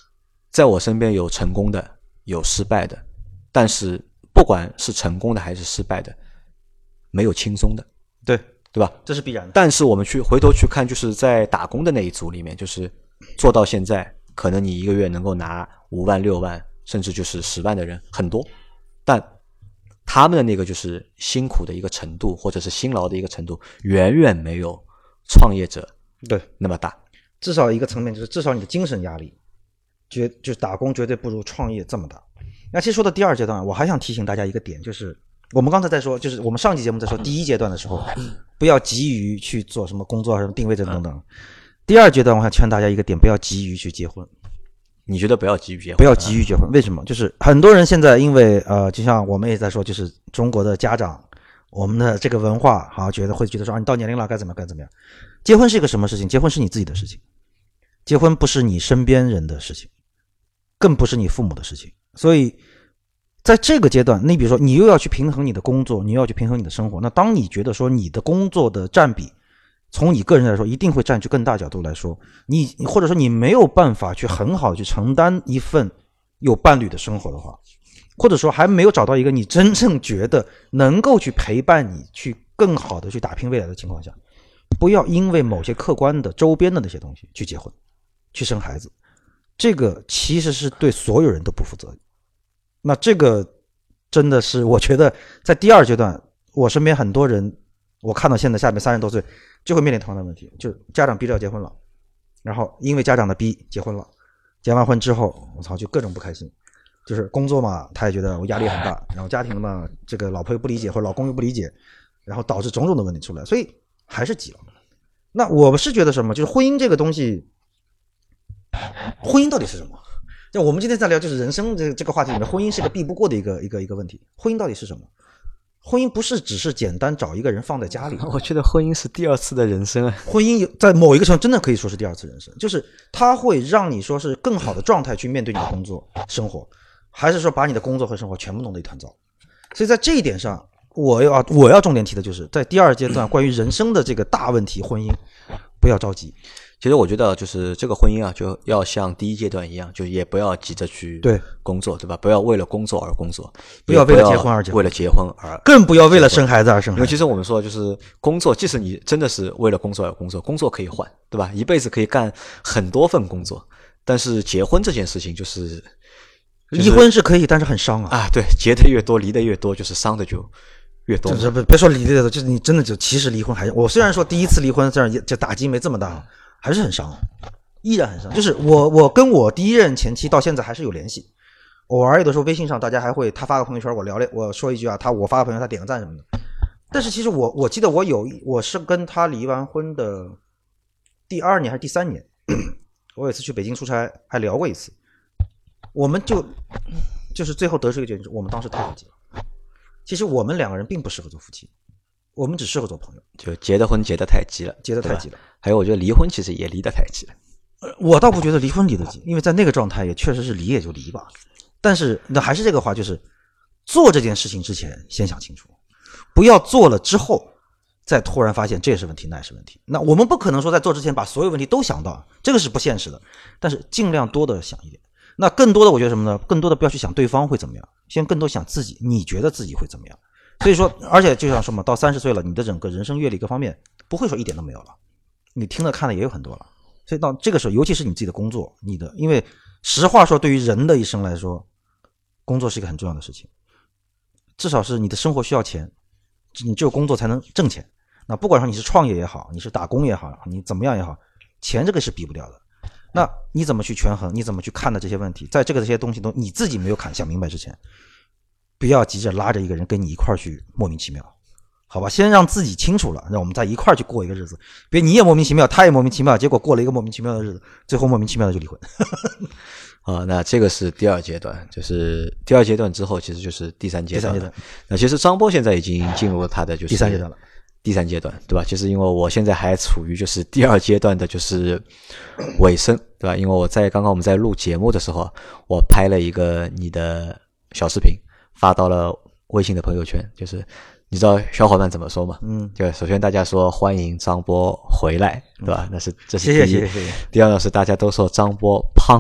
在我身边有成功的，有失败的，但是不管是成功的还是失败的，没有轻松的， 对吧？ 这是必然的。 但是我们回头去看，就是在打工的那一组里面，就是做到现在，可能你一个月能够拿5万、6万，甚至就是10万的人很多，但他们的那个就是辛苦的一个程度，或者是辛劳的一个程度，远远没有创业者对那么大。 至少一个层面就是，至少你的精神压力，就是打工绝对不如创业这么大。那其实说到第二阶段，我还想提醒大家一个点，就是我们刚才在说，就是我们上期节目在说第一阶段的时候，不要急于去做什么工作、什么定位这等等。第二阶段，我想劝大家一个点，不要急于去结婚。 你觉得不要急于结婚？ 不要急于结婚，为什么？就是很多人现在因为就像我们也在说，就是中国的家长，我们的这个文化，好觉得说你到年龄了该怎么样。结婚是一个什么事情？结婚是你自己的事情，结婚不是你身边人的事情，更不是你父母的事情。所以在这个阶段，你比如说你又要去平衡你的工作，你又要去平衡你的生活，那当你觉得说你的工作的占比从你个人来说一定会占据更大角度来说，你或者说你没有办法去很好去承担一份有伴侣的生活的话，或者说还没有找到一个你真正觉得能够去陪伴你去更好的去打拼未来的情况下，不要因为某些客观的周边的那些东西去结婚去生孩子，这个其实是对所有人都不负责任。那这个真的是我觉得在第二阶段，我身边很多人，我看到现在下面30多岁就会面临同样的问题，就是家长逼着要结婚了，然后因为家长的逼结婚了，结完婚之后我操就各种不开心，就是工作嘛他也觉得我压力很大，然后家庭嘛这个老婆又不理解或者老公又不理解，然后导致种种的问题出来，所以还是急了。那我是觉得什么，就是婚姻这个东西，婚姻到底是什么？就我们今天在聊就是人生这个话题里面，婚姻是个避不过的一个问题。婚姻到底是什么？婚姻不是只是简单找一个人放在家里。 我觉得婚姻是第二次的人生啊。 婚姻在某一个程度真的可以说是第二次人生，就是它会让你说是更好的状态去面对你的工作生活，还是说把你的工作和生活全部弄得一团糟。所以在这一点上，我要重点提的就是在第二阶段关于人生的这个大问题，婚姻不要着急。 其实我觉得就是这个婚姻啊，就要像第一阶段一样，就也不要急着去工作，对吧？不要为了工作而工作， 不要为了结婚而结婚， 为了结婚而， 更不要为了生孩子而生孩子。 因为其实我们说，就是工作，即使你真的是为了工作而工作，工作可以换，对吧？一辈子可以干很多份工作，但是结婚这件事情就是离婚是可以，但是很伤啊！ 对，结的越多，离的越多，就是伤的就越多。 别说离的越多，就是你真的就其实离婚还是，我虽然说第一次离婚这样就打击没这么大。还是很伤，依然很伤。就是我跟我第一任前妻到现在还是有联系，偶尔有的时候微信上大家还会，他发个朋友圈我聊聊，我说一句啊，我发个朋友他点个赞什么的。但是其实我记得我是跟他离完婚的第2年还是第3年，我有一次去北京出差还聊过一次，我们就是最后得出一个结论，我们当时太着急了。其实我们2个人并不适合做夫妻，我们只适合做朋友。 就结的婚结得太急了， 结得太急了。 还有我觉得离婚其实也离得太急了。 我倒不觉得离婚离得急，因为在那个状态也确实是离也就离吧。但是那还是这个话，就是做这件事情之前先想清楚，不要做了之后再突然发现这也是问题那也是问题。那我们不可能说在做之前把所有问题都想到，这个是不现实的，但是尽量多的想一点。那更多的我觉得什么呢？更多的不要去想对方会怎么样，先更多想自己，你觉得自己会怎么样。所以说，而且就像说嘛，到30岁了，你的整个人生阅历各方面不会说一点都没有了，你听的看的也有很多了。所以到这个时候，尤其是你自己的工作，因为实话说，对于人的一生来说，工作是一个很重要的事情，至少是你的生活需要钱，你只有工作才能挣钱。那不管说你是创业也好，你是打工也好，你怎么样也好，钱这个是比不掉的。那你怎么去权衡，你怎么去看的这些问题，在这些东西都你自己没有想明白之前，不要急着拉着一个人跟你一块儿去莫名其妙，好吧？先让自己清楚了，让我们再一块儿去过一个日子，别你也莫名其妙，他也莫名其妙，结果过了一个莫名其妙的日子，最后莫名其妙的就离婚。 那这个是第2阶段，就是第2阶段之后其实就是第3阶段。 第3阶段， 那其实张波现在已经进入了他的就是第3阶段了。 第3阶段，对吧？其实因为我现在还处于就是第2阶段的就是尾声，对吧？因为我在刚刚我们在录节目的时候，我拍了一个你的小视频发到了微信的朋友圈，就是你知道小伙伴怎么说吗？就首先大家说欢迎张波回来，对吧？这是第一。 谢谢。 第二呢是大家都说张波胖了，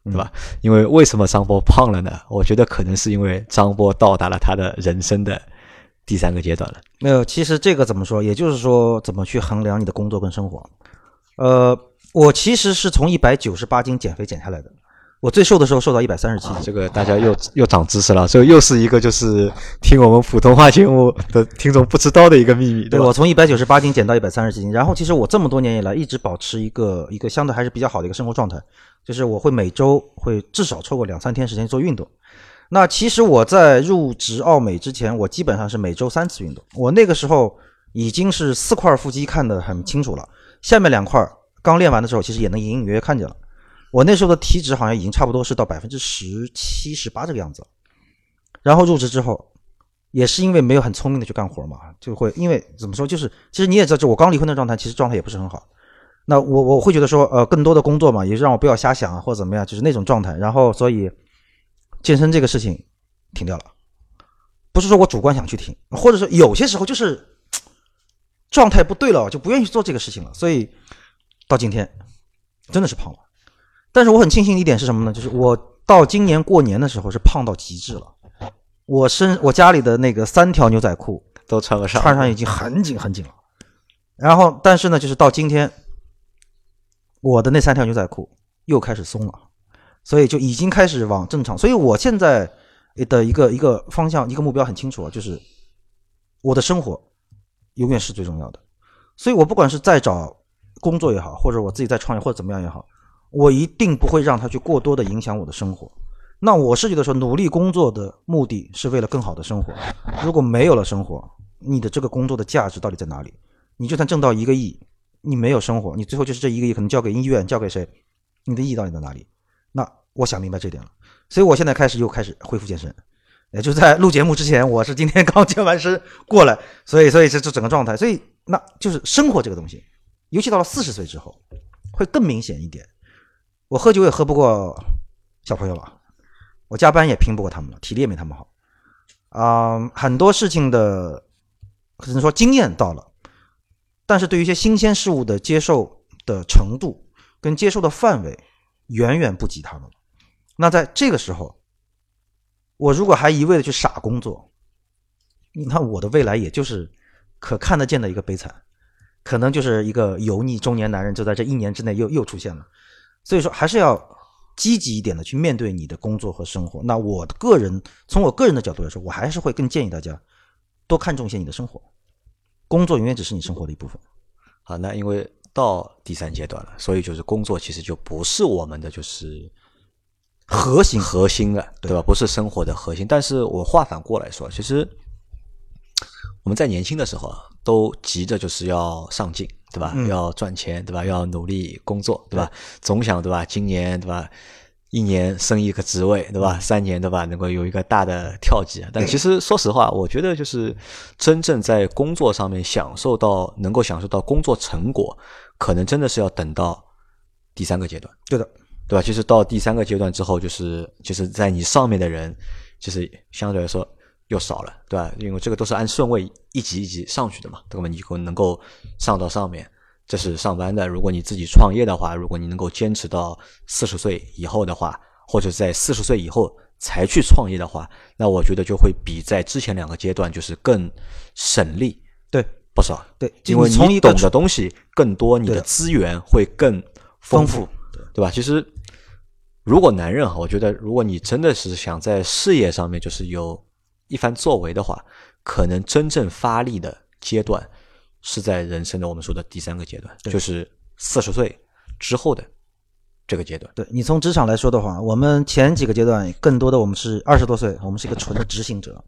对吧？因为为什么张波胖了呢？我觉得可能是因为张波到达了他的人生的第3个阶段了。 没有，其实这个怎么说，也就是说怎么去衡量你的工作跟生活。我其实是从198斤减肥减下来的，我最瘦的时候瘦到137。 这个大家又长知识了，这又是一个就是听我们普通话节目的听众不知道的一个秘密，对吧？ 我从198斤减到137斤，然后其实我这么多年以来一直保持一个相对还是比较好的一个生活状态，就是我会每周会至少抽个2-3天时间做运动。那其实我在入职奥美之前，我基本上是每周3次运动。我那个时候已经是4块腹肌看得很清楚了，下面2块刚练完的时候其实也能隐隐约约看见了。我那时候的体脂好像已经差不多是到17%、18%这个样子。然后入职之后，也是因为没有很聪明的去干活嘛，就会因为怎么说，就是其实你也知道，就我刚离婚的状态，其实状态也不是很好。那我会觉得说，更多的工作嘛，也让我不要瞎想或者怎么样，就是那种状态。然后所以健身这个事情停掉了，不是说我主观想去停，或者说有些时候就是状态不对了，就不愿意去做这个事情了。所以到今天真的是胖了。但是我很庆幸一点是什么呢？就是我到今年过年的时候是胖到极致了。我家里的那个3条牛仔裤都穿上已经很紧很紧了。然后但是呢，就是到今天我的那3条牛仔裤又开始松了，所以就已经开始往正常。所以我现在的一个方向一个目标很清楚，就是我的生活永远是最重要的。所以我不管是在找工作也好，或者我自己在创业或者怎么样也好，我一定不会让它去过多的影响我的生活。那我是觉得说，努力工作的目的是为了更好的生活。如果没有了生活，你的这个工作的价值到底在哪里？你就算挣到1个亿，你没有生活，你最后就是这1个亿可能交给医院，交给谁？你的意义到底在哪里？那我想明白这点了，所以我现在又开始恢复健身。也就在录节目之前，我是今天刚健完身过来，所以这整个状态，所以那就是生活这个东西，尤其到了40岁之后，会更明显一点。我喝酒也喝不过小朋友了，我加班也拼不过他们了，体力也没他们好。很多事情的可能说经验到了，但是对于一些新鲜事物的接受的程度跟接受的范围远远不及他们。那在这个时候，我如果还一味的去傻工作，那我的未来也就是可看得见的一个悲惨，可能就是一个油腻中年男人就在这1年之内又出现了。所以说还是要积极一点的去面对你的工作和生活。那从我个人的角度来说，我还是会更建议大家多看重一些你的生活，工作永远只是你生活的一部分。 好，那因为到第3阶段了，所以就是工作其实就不是我们的就是核心了，对吧？不是生活的核心。但是我话反过来说，其实我们在年轻的时候都急着就是要上进，对吧？要赚钱，对吧？要努力工作，对吧？总想，对吧？今年，对吧？1年升一个职位，对吧？3年，对吧？能够有一个大的跳级。但其实说实话，我觉得就是真正在工作上面能够享受到工作成果，可能真的是要等到第3个阶段。 对的， 对吧？其实到第3个阶段之后，就是在你上面的人，就是相对来说又少了，对吧？因为这个都是按顺位一级一级上去的嘛，那么你能够上到上面，这是上班的。如果你自己创业的话，如果你能够坚持到40岁以后的话，或者在40岁以后才去创业的话，那我觉得就会比在之前2个阶段就是更省力， 对， 不少。 对， 因为你懂的东西更多，你的资源会更丰富，对吧？其实如果男人我觉得如果你真的是想在事业上面就是有一番作为的话，可能真正发力的阶段是在人生的我们说的第3个阶段，就是40岁之后的这个阶段。 对，你从职场来说的话，我们前几个阶段更多的我们是20多岁，我们是一个纯的执行者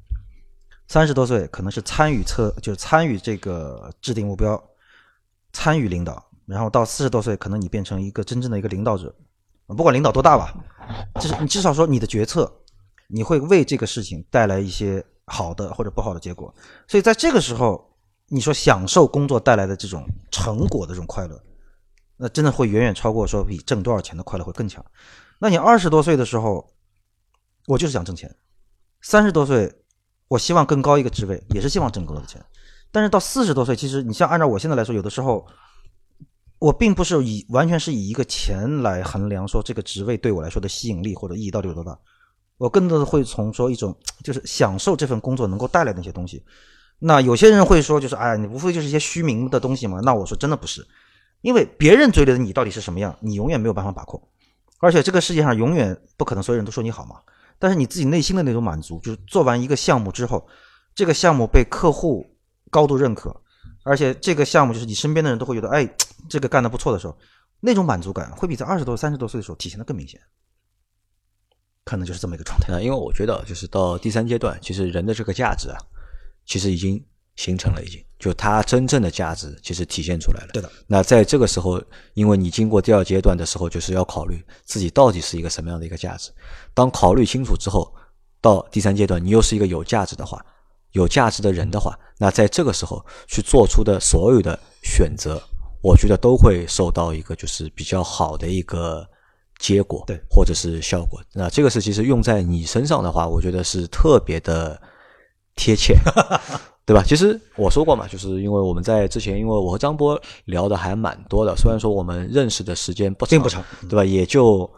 ；30多岁可能是参与这个制定目标，参与领导，然后到40多岁可能你变成一个真正的一个领导者，不管领导多大吧，就是你至少说你的决策你会为这个事情带来一些好的或者不好的结果。所以在这个时候，你说享受工作带来的这种成果的这种快乐，那真的会远远超过说比挣多少钱的快乐会更强。那你20多岁的时候，我就是想挣钱；30多岁，我希望更高一个职位，也是希望挣更多的钱。但是到40多岁，其实你像按照我现在来说，有的时候我并不是完全是以一个钱来衡量说这个职位对我来说的吸引力或者意义到底有多大，我更多的会从说一种就是享受这份工作能够带来的那些东西。那有些人会说就是哎，你无非就是一些虚名的东西嘛。那我说真的不是，因为别人嘴里的你到底是什么样，你永远没有办法把控，而且这个世界上永远不可能所有人都说你好嘛。但是你自己内心的那种满足，就是做完一个项目之后，这个项目被客户高度认可，而且这个项目就是你身边的人都会觉得哎，这个干得不错的时候，那种满足感会比在20多30多岁的时候体现得更明显，可能就是这么一个状态。 因为我觉得就是到第3阶段，其实人的这个价值啊，其实已经形成了，已经就它真正的价值其实体现出来了。 对的。 那在这个时候，因为你经过第2阶段的时候，就是要考虑自己到底是一个什么样的一个价值。当考虑清楚之后，到第3阶段，你又是一个有价值的话，有价值的人的话，那在这个时候去做出的所有的选择，我觉得都会受到一个就是比较好的一个结果， 对， 或者是效果。那这个是其实用在你身上的话，我觉得是特别的贴切，对吧？其实我说过嘛，就是因为我们在之前，因为我和张波聊的还蛮多的，虽然说我们认识的时间并不长， 对吧？也就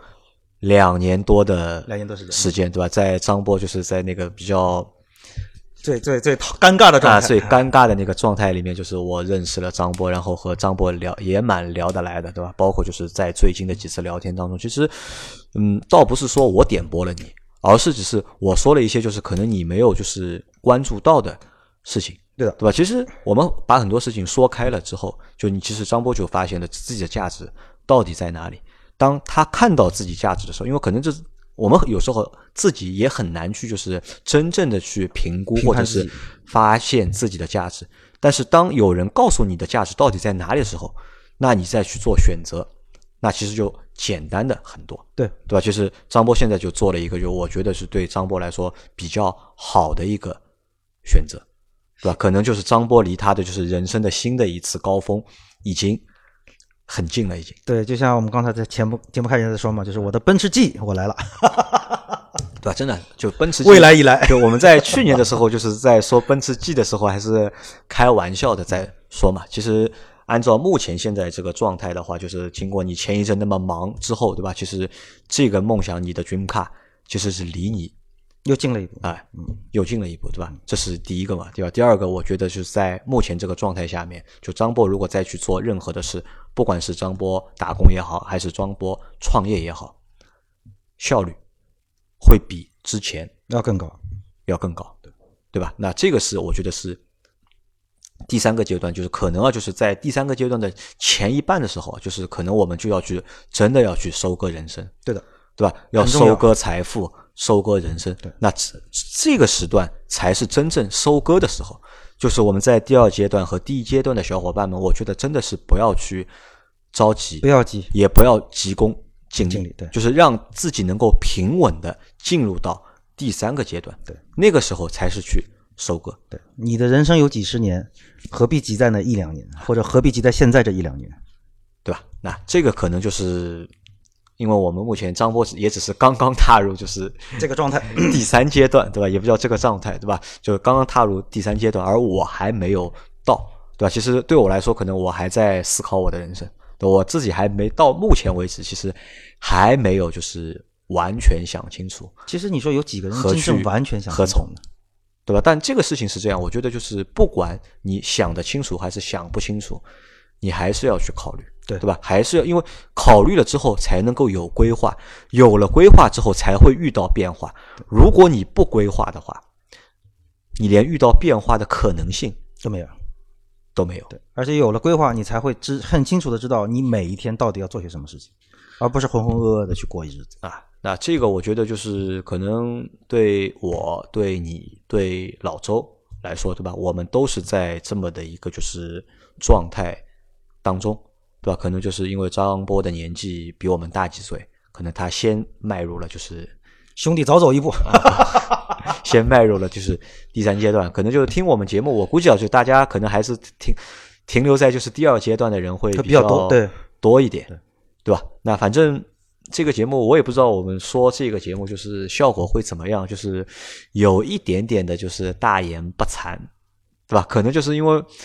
2年多的时间，对吧？在张波就是在那个比较最尴尬的状态， 最尴尬的那个状态里面，就是我认识了张波，然后和张波也蛮聊得来的，对吧？包括就是在最近的几次聊天当中，其实倒不是说我点拨了你，而是只是我说了一些就是可能你没有就是关注到的事情， 对的， 对吧？其实我们把很多事情说开了之后，就你其实张波就发现了自己的价值到底在哪里。当他看到自己价值的时候，因为可能就是我们有时候自己也很难去就是真正的去评估或者是发现自己的价值，但是当有人告诉你的价值到底在哪里的时候，那你再去做选择，那其实就简单的很多， 对吧？就是张波现在就做了一个，就我觉得是对张波来说比较好的一个选择，对吧？可能就是张波离他的就是人生的新的一次高峰已经很近了，已经。 对，就像我们刚才在节目开始在说嘛，就是我的奔驰 G 我来了， 对吧？真的，就奔驰 G, 未来以来， 就我们在去年的时候，就是在说奔驰 G 的时候，还是开玩笑的在说嘛。其实按照目前现在这个状态的话，就是经过你前一阵那么忙之后，对吧？其实这个梦想，你的 Dream Car 其实是离你又近了一步， 又近了一步，对吧？这是第一个嘛，对吧？第二个，我觉得就是在目前这个状态下面，就张波如果再去做任何的事，不管是张波打工也好，还是张波创业也好，效率会比之前要更高， 对吧？那这个是我觉得是第3个阶段，就是可能啊，就是在第3个阶段的前一半的时候，就是可能我们就要去真的要去收割人生， 对的， 对吧？要收割财富，收割人生，那这个时段才是真正收割的时候。就是我们在第2阶段和第1阶段的小伙伴们，我觉得真的是不要去着急， 不要急， 也不要急功近利， 对， 就是让自己能够平稳的进入到第3个阶段， 对， 那个时候才是去收割。 对，你的人生有几十年，何必急在那1-2年，或者何必急在现在这1-2年， 对吧？那这个可能就是因为我们目前张波也只是刚刚踏入就是这个状态第3阶段，对吧？也不叫这个状态，对吧？就刚刚踏入第3阶段，而我还没有到，对吧？其实对我来说，可能我还在思考我的人生，我自己还没到目前为止，其实还没有就是完全想清楚。 其实你说有几个人真正完全想清楚呢？ 对吧？但这个事情是这样，我觉得就是不管你想得清楚还是想不清楚，你还是要去考虑，对吧？还是要，因为考虑了之后才能够有规划，有了规划之后才会遇到变化。如果你不规划的话，你连遇到变化的可能性都没有。 对，而且有了规划，你才会很清楚的知道你每一天到底要做些什么事情，而不是浑浑噩噩的去过日子啊。那这个我觉得就是可能对我、对你、对老周来说，对吧？我们都是在这么的一个就是状态当中，对吧？可能就是因为张波的年纪比我们大几岁，可能他先迈入了就是兄弟早走一步先迈入了就是第3阶段。可能就是听我们节目，我估计就大家可能还是停留在就是第2阶段的人会比较多一点，对吧？那反正这个节目我也不知道我们说这个节目就是效果会怎么样，就是有一点点的就是大言不惭，对吧？可能就是因为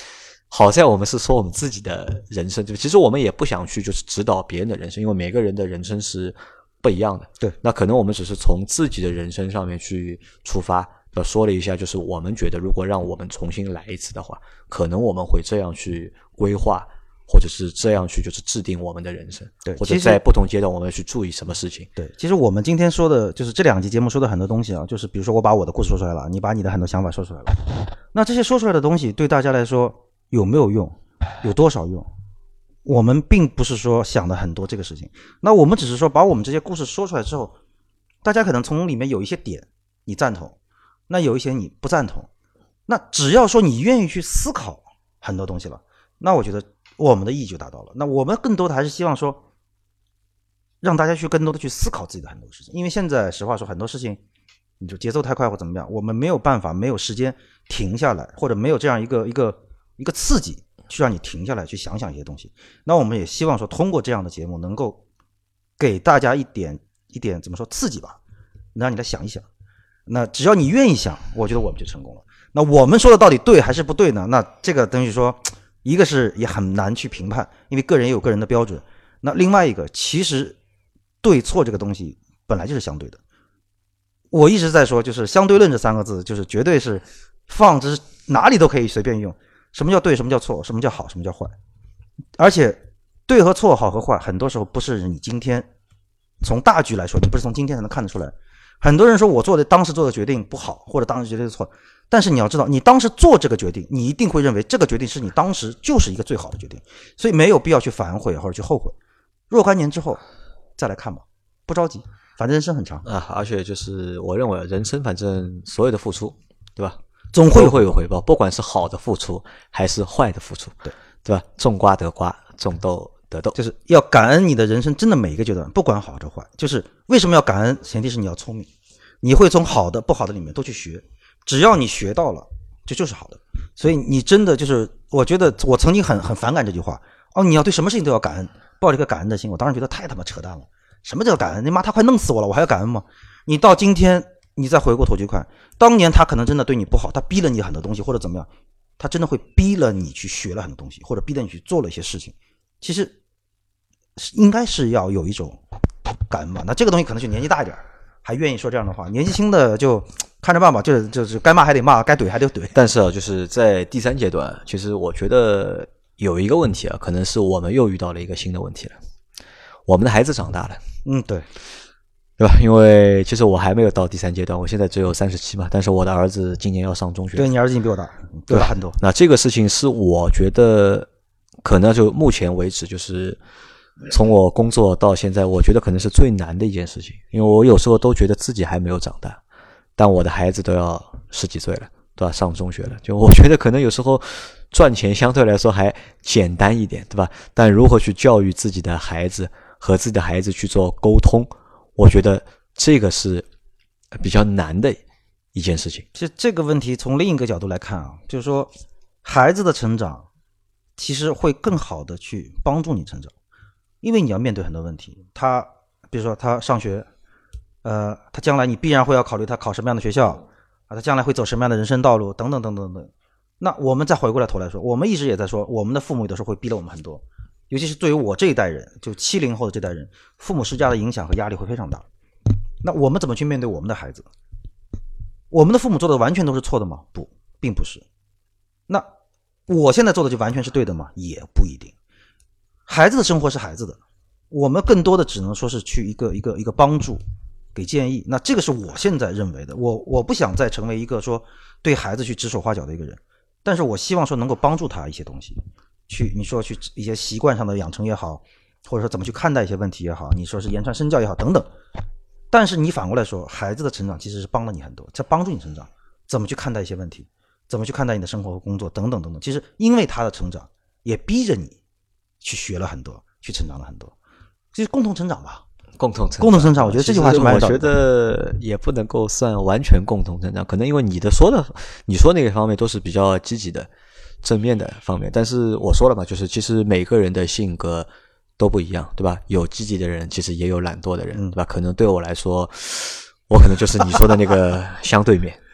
好在我们是说我们自己的人生，其实我们也不想去就是指导别人的人生，因为每个人的人生是不一样的。 对， 那可能我们只是从自己的人生上面去出发，说了一下，就是我们觉得如果让我们重新来一次的话，可能我们会这样去规划，或者是这样去就是制定我们的人生。 对， 或者在不同阶段我们要去注意什么事情。 对，其实我们今天说的就是这2集节目说的很多东西啊，就是比如说我把我的故事说出来了，你把你的很多想法说出来了，那这些说出来的东西对大家来说有没有用，有多少用，我们并不是说想的很多这个事情，那我们只是说把我们这些故事说出来之后，大家可能从里面有一些点你赞同，那有一些你不赞同，那只要说你愿意去思考很多东西了，那我觉得我们的意义就达到了。那我们更多的还是希望说让大家去更多的去思考自己的很多事情，因为现在实话说很多事情你就节奏太快或怎么样，我们没有办法没有时间停下来，或者没有这样一个刺激去让你停下来去想想一些东西。那我们也希望说通过这样的节目能够给大家一点怎么说刺激吧，能让你来想一想。那只要你愿意想，我觉得我们就成功了。那我们说的到底对还是不对呢？那这个等于说一个是也很难去评判，因为个人也有个人的标准。那另外一个其实对错这个东西本来就是相对的。我一直在说就是相对论这3个字就是绝对是放之哪里都可以随便用。什么叫对，什么叫错，什么叫好，什么叫坏。而且对和错，好和坏很多时候不是你今天从大局来说，你不是从今天才能看得出来。很多人说我当时做的决定不好，或者当时决定错，但是你要知道你当时做这个决定，你一定会认为这个决定是你当时就是一个最好的决定，所以没有必要去反悔或者去后悔。若干年之后再来看吧，不着急，反正人生很长啊。而且就是我认为人生反正所有的付出，对吧， 总会有回报，不管是好的付出还是坏的付出，对吧？种瓜得瓜，种豆得豆， 就是要感恩你的人生真的每一个阶段，不管好还是坏。就是为什么要感恩，前提是你要聪明，你会从好的不好的里面都去学，只要你学到了这就是好的。所以你真的就是我觉得我曾经很反感这句话你要对什么事情都要感恩，抱着一个感恩的心，我当时觉得太他妈扯淡了。什么叫感恩？你妈他快弄死我了，我还要感恩吗？你到今天你再回过头去看，当年他可能真的对你不好，他逼了你很多东西或者怎么样，他真的会逼了你去学了很多东西，或者逼了你去做了一些事情，其实应该是要有一种感恩吧。那这个东西可能就年纪大一点还愿意说这样的话，年纪轻的就看着办吧，就是该骂还得骂，该怼还得怼。 但是就是在第3阶段，其实我觉得有一个问题可能是我们又遇到了一个新的问题了，我们的孩子长大了。对吧？因为其实我还没有到第3阶段，我现在只有37嘛，但是我的儿子今年要上中学。 对，你儿子已经比我大，比我大很多。 那这个事情是我觉得可能就目前为止，就是从我工作到现在，我觉得可能是最难的一件事情。因为我有时候都觉得自己还没有长大，但我的孩子都要10几岁了，对吧？上中学了，就我觉得可能有时候赚钱相对来说还简单一点，对吧？但如何去教育自己的孩子，和自己的孩子去做沟通，我觉得这个是比较难的一件事情。 其实这个问题从另一个角度来看就是说孩子的成长其实会更好的去帮助你成长，因为你要面对很多问题。他比如说他上学他将来你必然会要考虑他考什么样的学校他将来会走什么样的人生道路等等等等等。那我们再回过来头来说，我们一直也在说我们的父母有的时候会逼了我们很多，尤其是对于我这一代人，就70后的这代人，父母施加的影响和压力会非常大。那我们怎么去面对我们的孩子？我们的父母做的完全都是错的吗？不，并不是。那我现在做的就完全是对的吗？也不一定。孩子的生活是孩子的，我们更多的只能说是去一个帮助，给建议。那这个是我现在认为的。我不想再成为一个说对孩子去指手画脚的一个人，但是我希望说能够帮助他一些东西。你说去一些习惯上的养成也好，或者说怎么去看待一些问题也好，你说是言传身教也好等等。但是你反过来说，孩子的成长其实是帮了你很多，在帮助你成长，怎么去看待一些问题，怎么去看待你的生活和工作等等等等。其实因为他的成长也逼着你去学了很多，去成长了很多，其实共同成长吧。 共同成长， 我觉得这句话是蛮有道理的。 我觉得也不能够算完全共同成长，可能因为你说那个方面都是比较积极的正面的方面，但是我说了嘛，就是其实每个人的性格都不一样，对吧？有积极的人，其实也有懒惰的人，对吧？可能对我来说，我可能就是你说的那个相对面。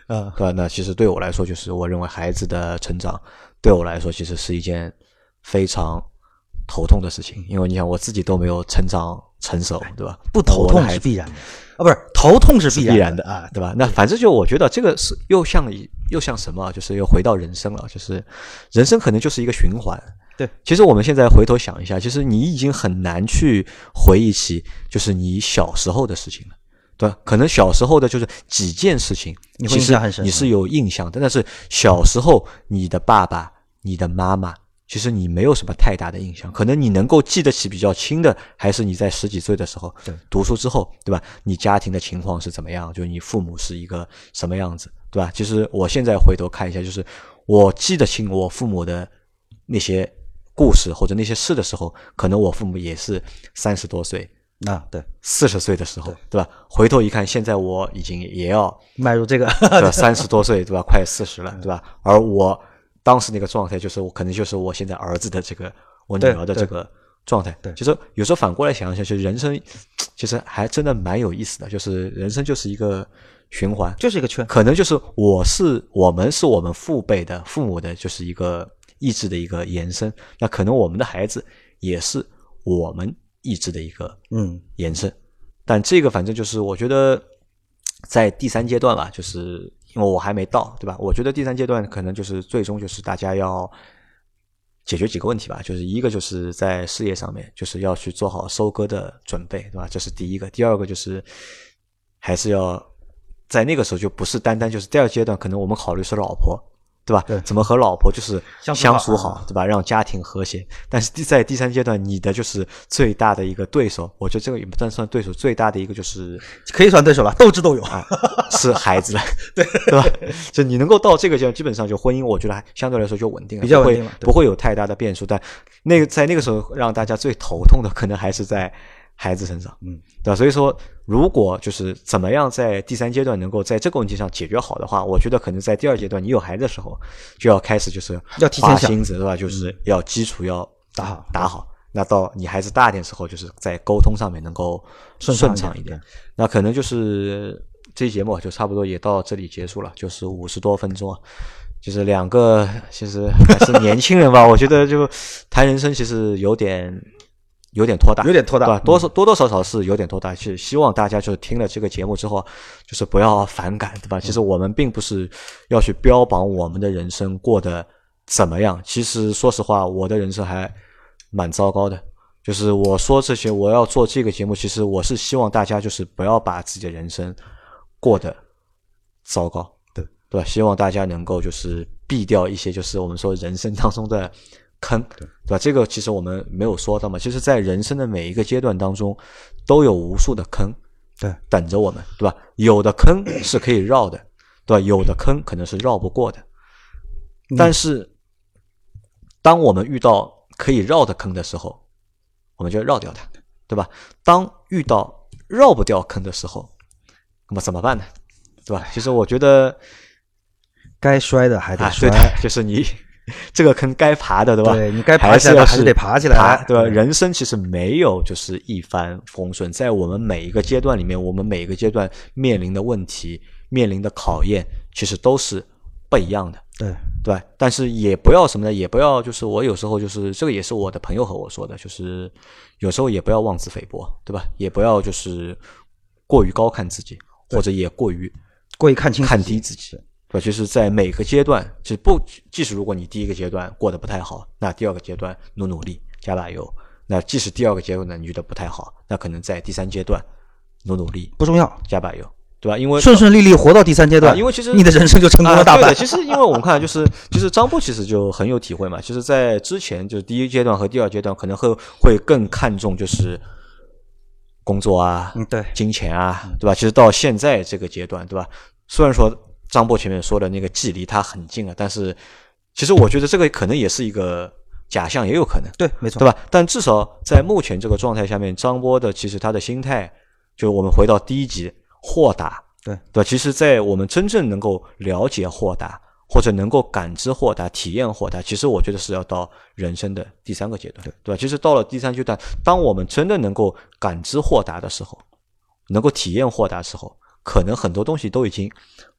对吧？那其实对我来说，就是我认为孩子的成长对我来说其实是一件非常头痛的事情，因为你想我自己都没有成长成熟，对吧？ 不头痛是必然的啊，不是头痛是必然的啊，对吧？那反正就我觉得这个是又像什么，就是又回到人生了，就是人生可能就是一个循环。 对， 其实我们现在回头想一下，其实你已经很难去回忆起就是你小时候的事情了，对吧？可能小时候的就是几件事情， 你会印象很深， 你是有印象的，但是小时候你的爸爸、你的妈妈，其实你没有什么太大的印象，可能你能够记得起比较清的，还是你在10几岁的时候，读书之后，对吧？你家庭的情况是怎么样？就是你父母是一个什么样子，对吧？其实我现在回头看一下，就是我记得清我父母的那些故事或者那些事的时候，可能我父母也是30多岁啊，对 ，40岁的时候，对吧？回头一看，现在我已经也要迈入这个对吧，30多岁，对吧？快40了，对吧？而我当时那个状态，就是我可能就是我现在儿子的这个我女儿的这个状态。 对， 其实有时候反过来想一想，就是人生其实还真的蛮有意思的，就是人生就是一个循环， 就是一个圈， 可能就是我们是我们父辈的父母的，就是一个意志的一个延伸，那可能我们的孩子也是我们意志的一个延伸。但这个反正就是我觉得在第3阶段吧，就是因为我还没到，对吧？我觉得第3阶段可能就是最终就是大家要解决几个问题吧，就是一个就是在事业上面，就是要去做好收割的准备，对吧？这是第一个。第二个就是还是要在那个时候就不是单单就是第2阶段，可能我们考虑是老婆，对吧？ 对， 怎么和老婆就是相处好，对吧？让家庭和谐。但是在第3阶段，你的就是最大的一个对手，我觉得这个也不算对手，最大的一个就是可以算对手了，斗智斗勇啊，是孩子了， 对吧？就你能够到这个阶段，基本上就婚姻，我觉得还相对来说就稳定了， 比较稳定了， 不会有太大的变数。但在那个时候，让大家最头痛的，可能还是在孩子身上，对吧？所以说，如果就是怎么样在第3阶段能够在这个问题上解决好的话，我觉得可能在第2阶段你有孩子的时候，就要开始就是要提前花心思，对吧？就是要基础要打好。那到你孩子大点时候，就是在沟通上面能够顺畅一点。那可能就是这期节目就差不多也到这里结束了，就是50多分钟。就是两个其实还是年轻人吧，我觉得就谈人生其实有点拖大， 对吧？ 多多少少是有点拖大。是希望大家就听了这个节目之后，就是不要反感，对吧？其实我们并不是要去标榜我们的人生过得怎么样。其实说实话，我的人生还蛮糟糕的。就是我说这些，我要做这个节目，其实我是希望大家就是不要把自己的人生过得糟糕，对吧？希望大家能够就是避掉一些就是我们说人生当中的坑，对吧？这个其实我们没有说到嘛。其实，在人生的每一个阶段当中，都有无数的坑， 对， 等着我们，对吧？有的坑是可以绕的，对吧？有的坑可能是绕不过的。但是，当我们遇到可以绕的坑的时候，我们就绕掉它，对吧？当遇到绕不掉坑的时候，那么怎么办呢？对吧？其实我觉得， 该摔的还得摔， 对的，就是你这个坑该爬的，对吧？ 对，你该爬起来还是得爬起来， 对吧？人生其实没有就是一帆风顺，在我们每一个阶段里面，我们每一个阶段面临的问题、面临的考验，其实都是不一样的，对吧？但是也不要什么呢？也不要就是我有时候就是这个也是我的朋友和我说的，就是有时候也不要妄自菲薄，对吧？也不要就是过于高看自己，或者也过于看低自己。对，就是在每个阶段，即使如果你第一个阶段过得不太好，那第2个阶段努力加把油。那即使第2个阶段呢你觉得不太好，那可能在第3阶段努力不重要， 加把油，对吧？因为顺利活到第3阶段， 因为其实你的人生就成功了大半。 其实因为我们看就是张波其实就很有体会嘛。其实在之前就是第1阶段和第2阶段可能会更看重就是工作啊， 对， 金钱啊，对吧？其实到现在这个阶段，对吧？虽然说张波前面说的那个既离他很近了，但是其实我觉得这个可能也是一个假象，也有可能， 对，没错， 对吧？但至少在目前这个状态下面，张波的其实他的心态，就我们回到第1集豁达， 对吧？其实在我们真正能够了解豁达，或者能够感知豁达、体验豁达，其实我觉得是要到人生的第3个阶段，对吧？其实到了第3阶段，当我们真的能够感知豁达的时候，能够体验豁达的时候，可能很多东西都已经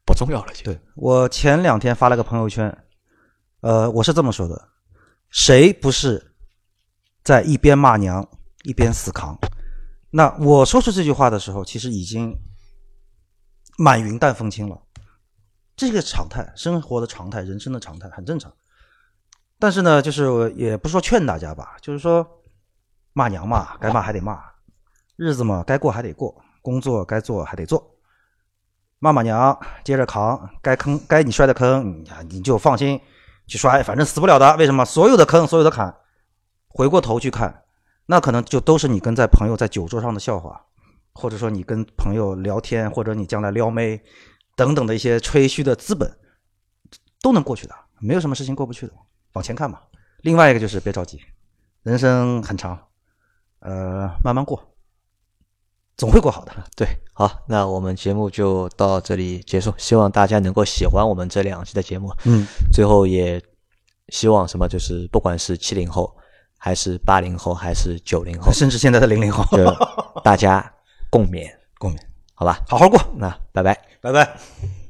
不重要了就。 对，我前2天发了个朋友圈，我是这么说的：谁不是在一边骂娘一边死扛？那我说出这句话的时候，其实已经满云淡风轻了，这个常态，生活的常态，人生的常态，很正常。但是呢，就是我也不是说劝大家吧，就是说骂娘嘛，该骂还得骂，日子嘛该过还得过，工作该做还得做，骂骂娘接着扛，该你摔的坑你就放心去摔，反正死不了的。为什么？所有的坑，所有的坎，回过头去看，那可能就都是你跟朋友在酒桌上的笑话，或者说你跟朋友聊天，或者你将来撩妹等等的一些吹嘘的资本，都能过去的，没有什么事情过不去的，往前看嘛。另外一个就是别着急，人生很长，慢慢过，总会过好的。 对，好，那我们节目就到这里结束，希望大家能够喜欢我们这2期的节目。最后也希望什么，就是不管是70后还是80后还是90后， 甚至现在的00后， 就大家共勉， 共勉， 好吧， 好好过。 那拜拜， 拜拜。